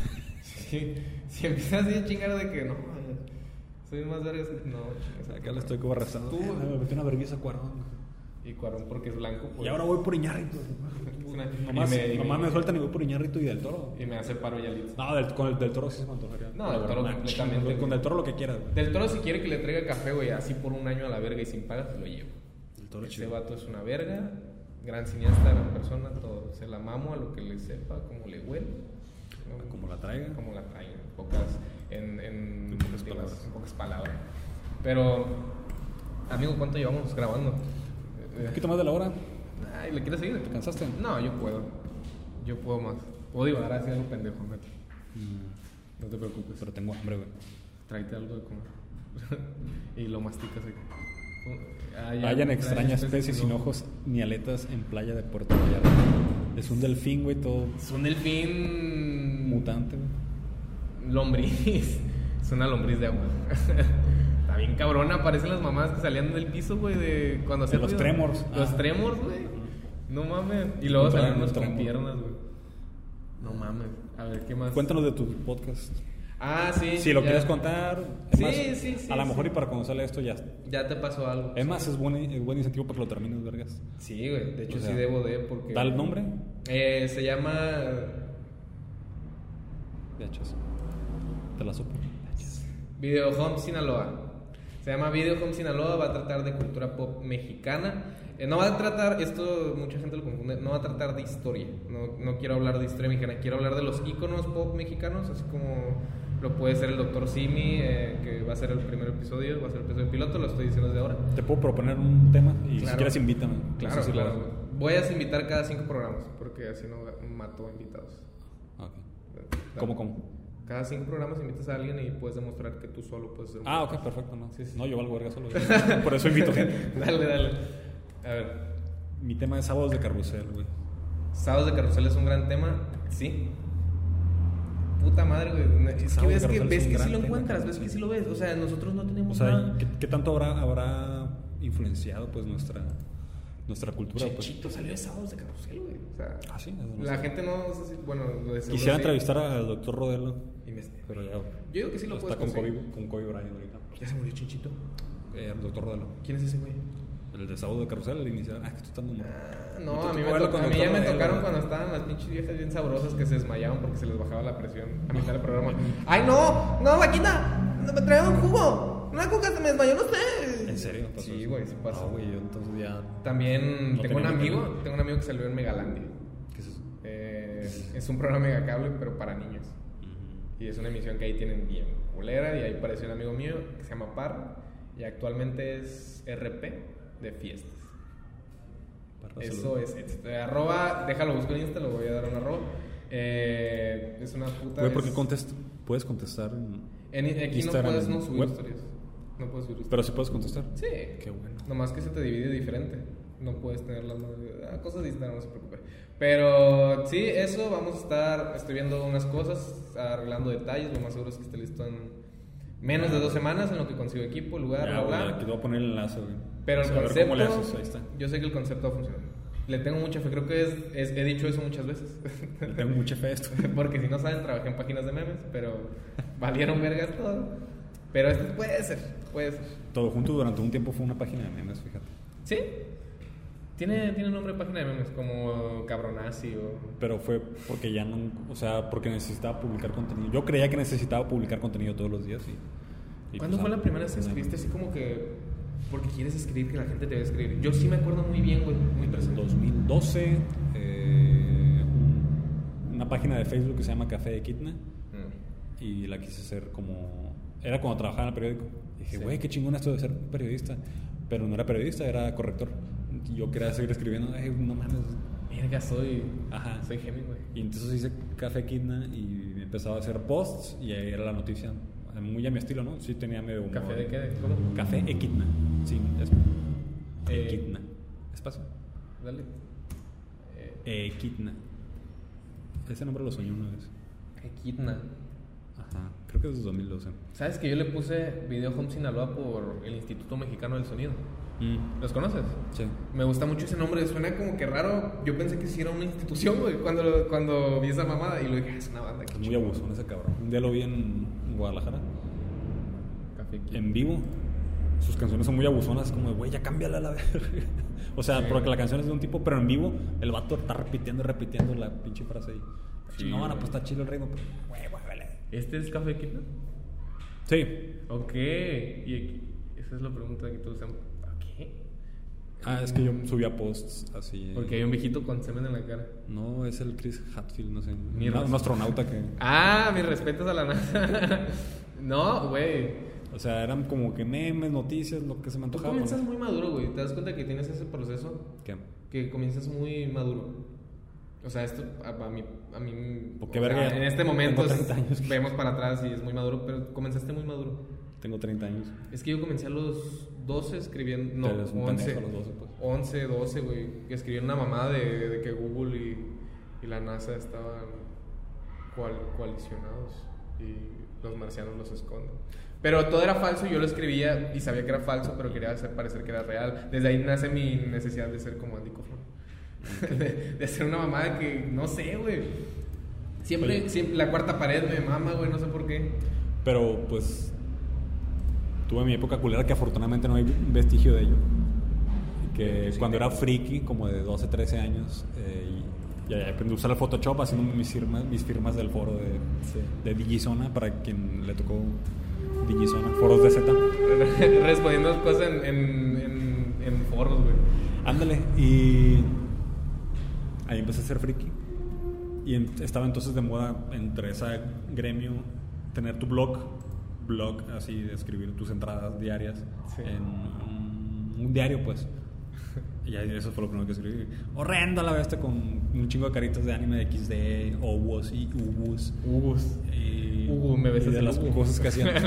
Si, si empiezas así a chingar de que no, soy más vergas, no, chingas. Acá le estoy como arrastrando. Tú, me metí una vergüenza a Cuarón. Y Cuarón porque es blanco. Pues. Y ahora voy por Iñárritu. nomás, me, nomás me, me sueltan y voy por Iñárritu y Del Toro. Y me hace paro Yalitza. No, del, con el Del Toro sí se me antojaría. No, Del Toro completamente. Con Del Toro lo que quiera. Del Toro si quiere que le traiga café, güey, así por un año a la verga y sin paga, te lo llevo. Del Toro Ese chido. vato es una verga, gran cineasta, gran persona, todo. Se la mamo a lo que le sepa, como le huele. ¿no? Como la traiga. Como la traiga, en pocas, en, en, en pocas digas, palabras. En pocas palabras. Pero, amigo, ¿cuánto llevamos grabando? Un poquito más de la hora. Ay, ¿le quieres seguir? ¿Te cansaste? No, yo puedo. Yo puedo más. Puedo divagar así algo pendejo, neta. Mm. No te preocupes. Pero tengo hambre, güey. Tráete algo de comer. Y lo masticas aquí. Hayan, Hayan extrañas especies sin ojos ni aletas en playa de Puerto Vallarta. Es un delfín, güey, todo. Es un delfín. Mutante, güey. Lombriz. Es una lombriz de agua. Está bien cabrona. Parecen las mamás que salían del piso, güey, de cuando hacían. Los tremors. Los ah. tremors, güey. No mames. Y luego salían unos con piernas, güey. No mames. A ver, ¿qué más? Cuéntanos de tu podcast. Ah, sí. Si lo ya. quieres contar. Sí, más, sí, sí. A lo sí. mejor y para cuando sale esto ya. Ya te pasó algo. Es más, es buen, es buen incentivo para que lo termines, vergas. Sí, güey. De hecho, o sea, sí debo de. Porque. ¿Da el nombre? Eh, se llama. De hechos. Te la supo. Video Home Sinaloa. Se llama Video Home Sinaloa. Va a tratar de cultura pop mexicana. Eh, no va a tratar, esto mucha gente lo confunde, no va a tratar de historia. No, no quiero hablar de historia mexicana, quiero hablar de los íconos pop mexicanos, así como lo puede ser el doctor Simi, eh, que va a ser el primer episodio, va a ser el episodio piloto, lo estoy diciendo desde ahora. Te puedo proponer un tema y claro. Si quieres invítame. Claro, no sé si claro. Lo... Voy a invitar cada cinco programas, porque así no mato invitados. Ok. ¿Cómo, cómo? Cada cinco programas invitas a alguien y puedes demostrar que tú solo puedes ser un Ah, ok, perfecto. No, sí, sí. No yo valgo verga solo. Por eso invito gente. Dale, dale. A ver. Mi tema es sábados de carrusel, güey. Sábados de carrusel es un gran tema, sí. Puta madre, güey. Es que ves que, ves que sí lo encuentras, ves que sí lo ves. O sea, nosotros no tenemos o sea, nada. ¿qué, ¿qué tanto habrá, habrá influenciado, pues, nuestra... Nuestra cultura, Chechito pues. Salió de sábados de carrusel, güey. O sea, ah, sí, no la sé. Gente no sé si, bueno, lo de quisiera sí. entrevistar al doctor Rodelo. Y me... Pero ya. Yo digo que sí lo está puedes con Kobe, con Kobe Bryant ahorita. ¿Ya se murió Chinchito? Eh, el doctor Rodelo. ¿Quién es ese güey? El de sábado de carrusel, el inicial. Ah, que tú estás dando. Ah, no, a mí, me to- a mí ya me tocaron cuando estaban las pinches viejas bien sabrosas que se desmayaban porque se les bajaba la presión a mitad del programa. ¡Ay, no! ¡No, vaquita! ¡Me trae un jugo! Una coca se me desmayó, no sé. ¿En serio? ¿Pasó sí, eso? güey, sí pasó. No, güey, yo entonces ya... También no tengo un amigo, que... tengo un amigo que salió en Megalandia. ¿Qué es eso? Eh, es un programa megacable, pero para niños. Uh-huh. Y es una emisión que ahí tienen bien culera, y ahí apareció un amigo mío que se llama Par, y actualmente es R P de fiestas. Parra eso salud. Es, es arroba, déjalo, busco en Insta, lo voy a dar un arroba. Eh, es una puta... Güey, ¿por qué contest- puedes contestar en, en aquí Instagram, no puedes no subir web? Historias. No puedes subir historias. Pero sí puedes contestar. Sí. Qué bueno. Nomás que se te divide diferente. No puedes tener las ah, cosas de Instagram, no se preocupe. Pero sí, eso, vamos a estar, estoy viendo unas cosas, arreglando detalles, lo más seguro es que esté listo en menos de dos semanas, en lo que consigo equipo, lugar, ya, bla, bla. Aquí te voy a poner el enlace, güey. Pero el concepto, cómo le haces, ahí está. Yo sé que el concepto va a funcionar. Le tengo mucha fe, creo que es, es he dicho eso muchas veces. Le tengo mucha fe a esto. Porque si no saben, trabajé en páginas de memes, pero valieron vergas todo. Pero esto puede ser, puede ser. Todo junto durante un tiempo fue una página de memes, fíjate. ¿Sí? Tiene, tiene nombre de página de memes, como Cabronazi o... Pero fue porque ya no... O sea, porque necesitaba publicar contenido. Yo creía que necesitaba publicar contenido todos los días y... y ¿Cuándo pues, fue la primera vez que escribiste así como que... porque quieres escribir, que la gente te vea escribir. Yo sí me acuerdo muy bien, güey, muy presente. dos mil doce, eh, un, una página de Facebook que se llama Café de Equidna, mm. y la quise hacer como... Era cuando trabajaba en el periódico. Y dije, güey, sí. qué chingón esto de ser periodista. Pero no era periodista, era corrector. Y yo quería seguir escribiendo. Ay, no mames. Verga, soy... Ajá. Soy Gemini, güey. Y entonces hice Café Equidna y empezaba a hacer posts y ahí era la noticia. Muy a mi estilo, ¿no? Sí tenía medio humor. ¿Café de qué? ¿Cómo? Café Equidna. Sí, es... Eh, Equidna. Espacio. Dale. Eh, Equidna. Ese nombre lo soñé una vez. Equidna. Ajá. Creo que es de dos mil doce. ¿Sabes que yo le puse Video Home Sinaloa por el Instituto Mexicano del Sonido? Mm. ¿Los conoces? Sí. Me gusta mucho ese nombre, suena como que raro. Yo pensé que sí era una institución, güey, cuando, cuando vi esa mamada. Y lo dije, es una banda. Es muy abusón ese cabrón. Un día lo vi en Guadalajara. Café en vivo. Sus canciones son muy abusonas, como de, güey, ya cámbiala la verga. O sea, sí. porque la canción es de un tipo, pero en vivo el vato está repitiendo y repitiendo la pinche frase ahí. Sí, no, van a apostar chido el ritmo, pero, güey, güey, ¿este es Café Equidna? Sí. Ok. Y esa es la pregunta que todos hacen. ¿Qué? Ah, es que yo subía posts así. Porque hay un viejito con semen en la cara. No, es el Chris Hadfield, no sé. Un, un astronauta que... Ah, mis respetos a la NASA. No, güey. O sea, eran como que memes, noticias, lo que se me antojaba. Tú comienzas muy maduro, güey. ¿Te das cuenta que tienes ese proceso? ¿Qué? Que comienzas muy maduro. O sea, esto a, a mí... A mí Porque verga, sea, en este momento es, vemos para atrás y es muy maduro, pero comenzaste muy maduro. Tengo treinta años. Es que yo comencé a los doce escribiendo... No, once. A los doce, pues. once, doce, güey. Escribí una mamada de, de que Google y, y la NASA estaban coal, coalicionados y los marcianos los esconden. Pero todo era falso, yo lo escribía y sabía que era falso, pero quería hacer parecer que era real. Desde ahí nace mi necesidad de ser como Andy Kaufman. de, de hacer una mamada que, no sé, güey. Siempre, siempre la cuarta pared me mama, güey, no sé por qué. Pero, pues, tuve mi época culera que afortunadamente no hay vestigio de ello. Que sí, cuando era friki, como de doce, trece años, eh, y, y aprendí a usar el Photoshop haciendo mis firmas, mis firmas del foro de, sí. de Digizona, para quien le tocó Digizona, foros de Z. Respondiendo cosas en, en, en, en foros, güey. Ándale, y ahí empecé a ser friki. Y en, estaba entonces de moda entre ese gremio tener tu blog, blog así de escribir tus entradas diarias sí. en un, un diario, pues. Y ahí eso fue lo primero que escribí. Horrendo a la vez, con un chingo de caritas de anime de equis de, Obus y Ubus. Ubus. Y, Ubu, me besas y de las Ubu. Cosas que hacían.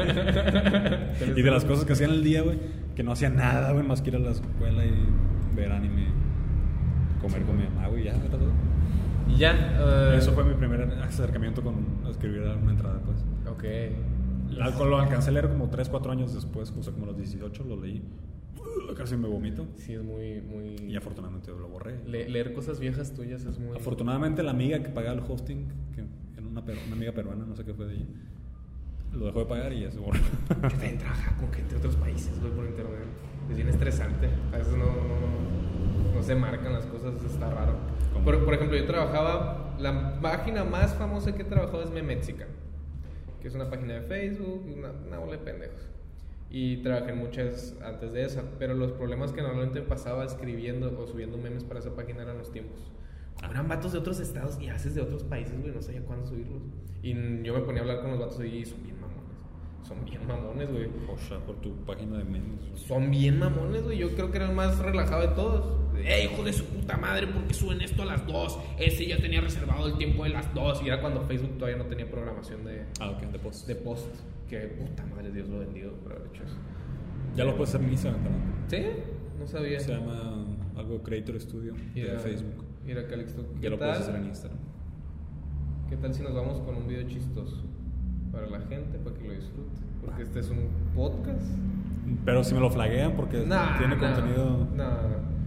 Y de las cosas que hacían el día, güey, que no hacían nada, güey, más que ir a la escuela y ver anime, comer con mi mamá, güey, ya, era todo. Y ya. Uh... Eso fue mi primer acercamiento con escribir una entrada, pues. Ok. La, lo alcancé a leer como tres, cuatro años después, o sea, como a los dieciocho lo leí. Casi me vomito. Sí, es muy, muy... Y afortunadamente lo borré. Le- leer cosas viejas tuyas es muy... Afortunadamente la amiga que pagaba el hosting, que era una, per- una amiga peruana, no sé qué fue de ella, lo dejó de pagar y ya se borró. Yo también trabajaba con gente de otros países, güey, por internet. Es bien estresante. A veces no, no, no se marcan las cosas, está raro. Por, por ejemplo, yo trabajaba... La página más famosa que he trabajado es Memexica, que es una página de Facebook, una, una bola de pendejos. Y trabajé en muchas antes de esa, pero los problemas que normalmente pasaba escribiendo o subiendo memes para esa página eran los tiempos. Como eran vatos de otros estados y haces de otros países, güey, no sabía cuándo subirlos. Y yo me ponía a hablar con los vatos y son bien mamones. Son bien mamones, güey. O sea, por tu página de memes. Son bien mamones, güey. Yo creo que era el más relajado de todos. ¡Eh, hijo de su puta madre! ¿Por qué suben esto a las dos? Ese ya tenía reservado el tiempo de las dos. Y era cuando Facebook todavía no tenía programación de... Ah, ok, de post. De post. Que puta madre, Dios lo bendiga por haber hecho eso. Ya lo puedes hacer en Instagram también. ¿Sí? No sabía. Se llama algo Creator Studio de Facebook. Mira, Calixto. Ya lo puedes hacer en Instagram. ¿Qué tal si nos vamos con un video chistoso? Para la gente, para que lo disfrute. Porque este es un podcast. Pero si me lo flaguean porque nah, tiene nah, contenido... No, nah.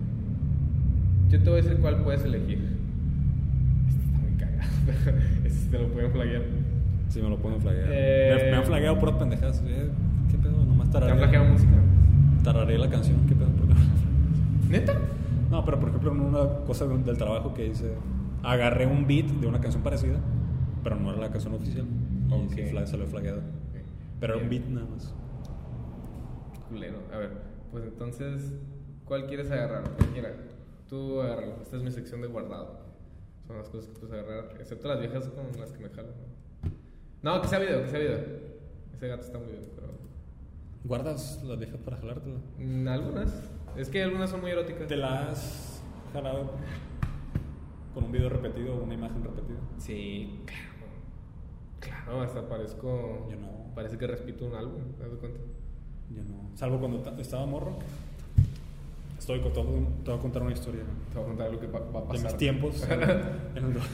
Yo te voy a decir cuál puedes elegir. Este está muy cagado. Este te lo pueden flaguear. Sí, me lo pueden flaguear. Eh... Me, me han flagueado puras pendejadas. Eh, ¿Qué pedo? Nomás tararé. ¿Te han flagueado música? Tararé la canción. ¿Qué pedo? ¿Por qué? ¿Neta? No, pero por ejemplo, en una cosa del trabajo que dice... Agarré un beat de una canción parecida, pero no era la canción oficial. Y okay. sí, se lo he flagueado. Okay. Pero era un beat nada más. Culero. A ver, Pues entonces, ¿cuál quieres agarrar? Cualquiera. Tú agárralo. Esta es mi sección de guardado. Son las cosas que puedes agarrar, excepto las viejas con las que me jalo. No, que sea video, que sea video. Ese gato está muy bien, pero... ¿Guardas las viejas para jalártela? Mm, algunas. Es que algunas son muy eróticas. ¿Te las has jalado con un video repetido o una imagen repetida? Sí, claro. Claro, hasta parezco... Yo no. Parece que repito un álbum, ¿te das cuenta? Yo no. Salvo cuando t- estaba morro. Estoy con todo, te voy a contar una historia. Te voy a contar lo que va, va a pasar. De mis tiempos. en, en, el do...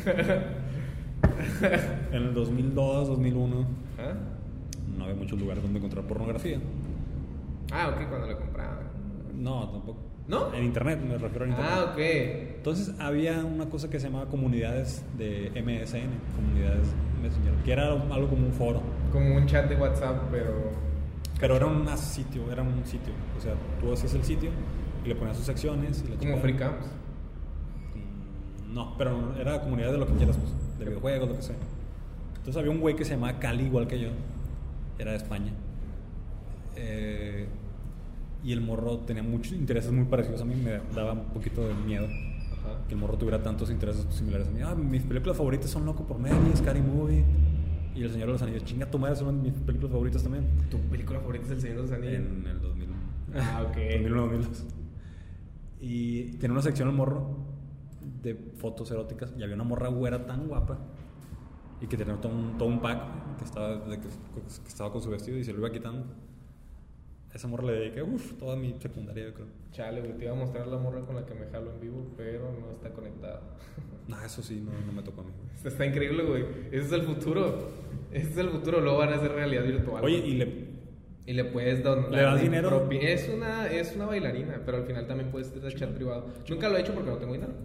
en el dos mil dos, dos mil uno. ¿Ah? No había muchos lugares donde encontrar pornografía. Ah, ok, cuando la compraban. No, tampoco. ¿No? En internet, me refiero a internet. Ah, ok. Entonces había una cosa que se llamaba comunidades de M S N, comunidades Messenger, que era algo como un foro. Como un chat de WhatsApp, pero... Pero era un sitio, era un sitio. O sea, tú hacías el sitio y le ponías sus secciones. Y la ¿Como free camps? No, pero era comunidad de lo que quieras, pues, de videojuegos, lo que sea. Entonces había un güey que se llamaba Cali, igual que yo. Era de España. Eh, y el morro tenía muchos intereses muy parecidos a mí. Me daba un poquito de miedo. Ajá. Que el morro tuviera tantos intereses similares a mí. Ah, mis películas favoritas son Loco por Mary, Scary Movie. Y El Señor de los Anillos. Chinga, tu madre, son mis películas favoritas también. ¿Tu película favorita es El Señor de los Anillos? En el dos mil uno. Ah, ok. dos mil uno, dos mil dos. Y tenía una sección el morro de fotos eróticas. Y había una morra güera tan guapa. Y que tenía todo un, todo un pack que estaba, de que, que estaba con su vestido y se lo iba quitando. A esa morra le dediqué, uff, toda mi secundaria, yo creo. Chale, güey, te iba a mostrar la morra con la que me jalo en vivo, pero no está conectada. No, eso sí, no, no me tocó a mí. Está, está increíble, güey. Ese es el futuro. Ese es el futuro. Luego van a hacer realidad virtual. Oye, y le... Y le puedes dar... ¿Le das dinero? Propi- es, una, es una bailarina, pero al final también puedes tener chat privado. Nunca lo he hecho porque no tengo dinero.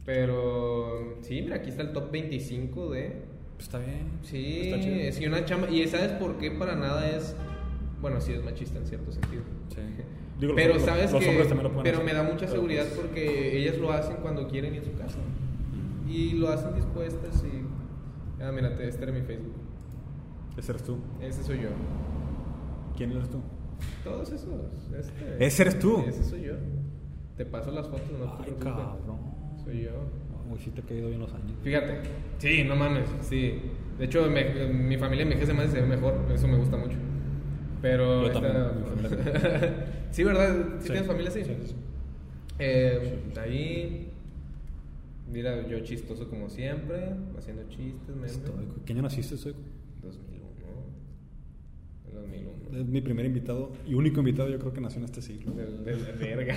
Pero... Sí, mira, aquí está el top veinticinco de... Pues está bien. Sí, está chido. sí, una chamba. Y ¿sabes por qué? Para nada es... Bueno, sí es machista en cierto sentido. Sí. Digo, pero los, sabes los que... hombres también lo pueden pero hacer. me da mucha Pero seguridad pues... porque ellas lo hacen cuando quieren y en su casa. Y lo hacen dispuestas y... Ah, mírate, este era mi Facebook. Ese eres tú. Ese soy yo. ¿Quién eres tú? Todos esos. Este. ¿Ese eres tú? Ese soy yo. Te paso las fotos, no te Ay, preocupes. cabrón. Soy yo. Uy, sí te he caído bien los años. Fíjate. Sí, no mames, sí. De hecho, me, mi familia envejece más y se ve mejor. Eso me gusta mucho. Pero... Yo esta... también, mi familia. Sí, ¿verdad? ¿Sí, Sí. tienes familia así? Sí, sí, sí. Eh, sí, sí. Ahí... Mira, yo chistoso como siempre, haciendo chistes, memes. Estoico. ¿Qué año naciste, Estoico? dos mil uno. En dos mil uno. Es mi primer invitado y único invitado, yo creo que nació en este siglo. Del, del, del verga.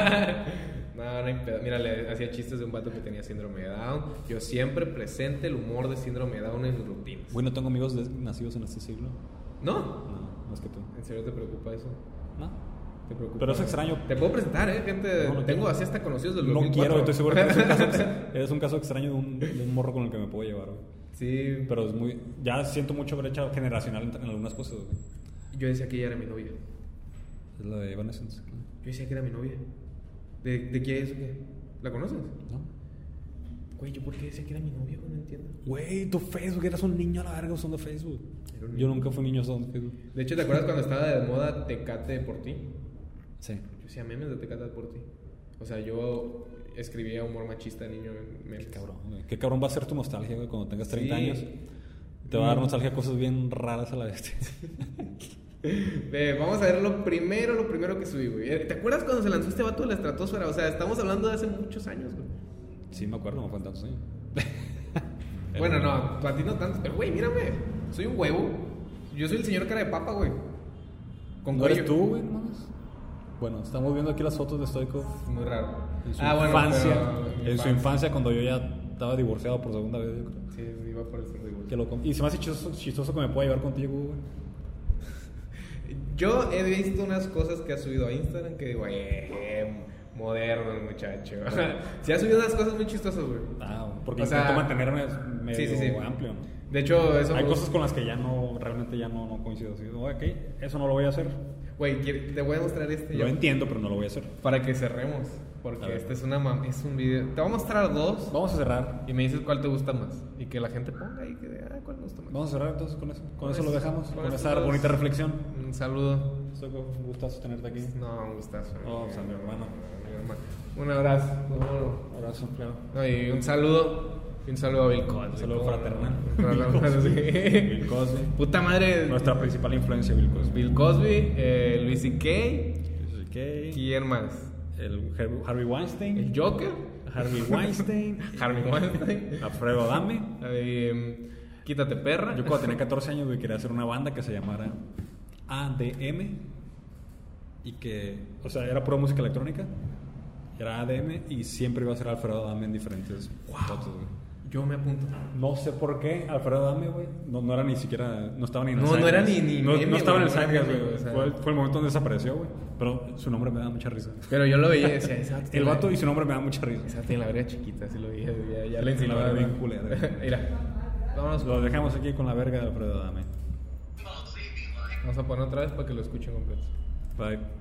No, no hay pedo. Mira, le hacía chistes de un vato que tenía síndrome de Down. Yo siempre presente el humor de síndrome de Down en mis rutinas. Güey, no tengo amigos de- nacidos en este siglo. ¿No? No, más que tú. ¿En serio te preocupa eso? No. ¿Te preocupa? Pero es extraño. Te puedo presentar, ¿eh? Gente, No, no tengo quiero. así hasta conocidos del dos No mil cuatro. quiero, estoy seguro que eres un caso, ex- eres un caso extraño de un, de un morro con el que me puedo llevar, güey. Sí. Pero es muy... Ya siento mucho brecha generacional en, en algunas cosas, güey. Yo decía que ella era mi novia. Es la de Evanescence. Yo decía que era mi novia. ¿De, de qué es o qué? ¿La conoces? ¿No? Güey, ¿yo por qué decía que era mi novia? Güey, no entiendo. Güey, tu Facebook, eras un niño a la verga usando Facebook. Era un Yo niño. nunca fui niño usando Facebook. De hecho, ¿te acuerdas cuando estaba de moda Tecate por ti? Sí. Yo hacía memes de Tecate por ti. O sea, yo escribía humor machista de niño en memes. Qué cabrón, güey. Qué cabrón va a ser tu nostalgia, güey, cuando tengas treinta Sí. años. Te va a dar nostalgia a cosas bien raras a la vez. Ve, vamos a ver lo primero, lo primero que subí, güey. ¿Te acuerdas cuando se lanzó este vato de la estratosfera? O sea, estamos hablando de hace muchos años, güey. Sí, me acuerdo, no fue tantos años. Bueno, no, para ti no tanto. Pero, güey, mírame. Soy un huevo. Yo soy el señor cara de papa, güey. Con ¿No cuello. eres tú, güey, nomás? Bueno, estamos viendo aquí las fotos de Stoico Muy raro. en su Ah, bueno, infancia. pero- En su infancia, cuando yo ya estaba divorciado por segunda vez, yo creo. Sí, iba por el divorcio. Que lo com- y se me hace chistoso, chistoso que me pueda llevar contigo, güey. Yo he visto unas cosas que ha subido a Instagram que digo, eh, moderno el muchacho. Sí, ha subido unas cosas muy chistosas, güey. Ah, porque O sea, intento mantenerme medio sí, sí, sí. amplio, ¿no? De hecho, eso... Hay cosas con las que ya no, realmente ya no, no coincido. Así, ok, eso no lo voy a hacer. Güey, te voy a mostrar este. Lo yo. entiendo, pero no lo voy a hacer. Para que cerremos. Porque este es una mam es un video. Te voy a mostrar dos. Vamos a cerrar. Y me dices cuál te gusta más. Y que la gente ponga ahí que de, ah, cuál me gusta más. Vamos a cerrar entonces con eso. Con, con eso, eso lo dejamos. Con, con esa dos. bonita reflexión. Un saludo. Un gustazo tenerte aquí. No, un gustazo. No, o sea, mi hermano. Mi hermano. Un abrazo. Un abrazo, claro. No, y un saludo. Y un saludo a Bill Cosby. Un saludo fraternal. Bill Cosby. Puta madre. Nuestra principal influencia, Bill Cosby. Bill Cosby, eh, Louis C K. Louis C K. ¿Quién más? El Harvey Weinstein. El Joker. Harvey Weinstein. Harvey Weinstein. Alfredo Adame. Eh, Quítate perra. Yo cuando tenía catorce años, güey, quería hacer una banda que se llamara A D M. Y que, o sea, era pura música electrónica. Era A D M y siempre iba a ser Alfredo Adame en diferentes wow. fotos, güey. Yo me apunto. No sé por qué Alfredo Adame, güey. No, no era ni siquiera. No estaba ni en el No, no era ni. ni no, meme, no estaba en el güey, Zeitgeist, güey. güey. O sea, fue, fue el momento donde desapareció, güey. Pero su nombre me da mucha risa. Pero yo lo veía y decía, esa el vato y su nombre me da mucha risa. Esa tiene la verga chiquita, así lo veía. Ya, ya le enseñaba. La verga bien culera. Mira. Vámonos. Lo dejamos aquí con la verga de Alfredo Adame. Vamos a poner otra vez para que lo escuchen completo. Bye.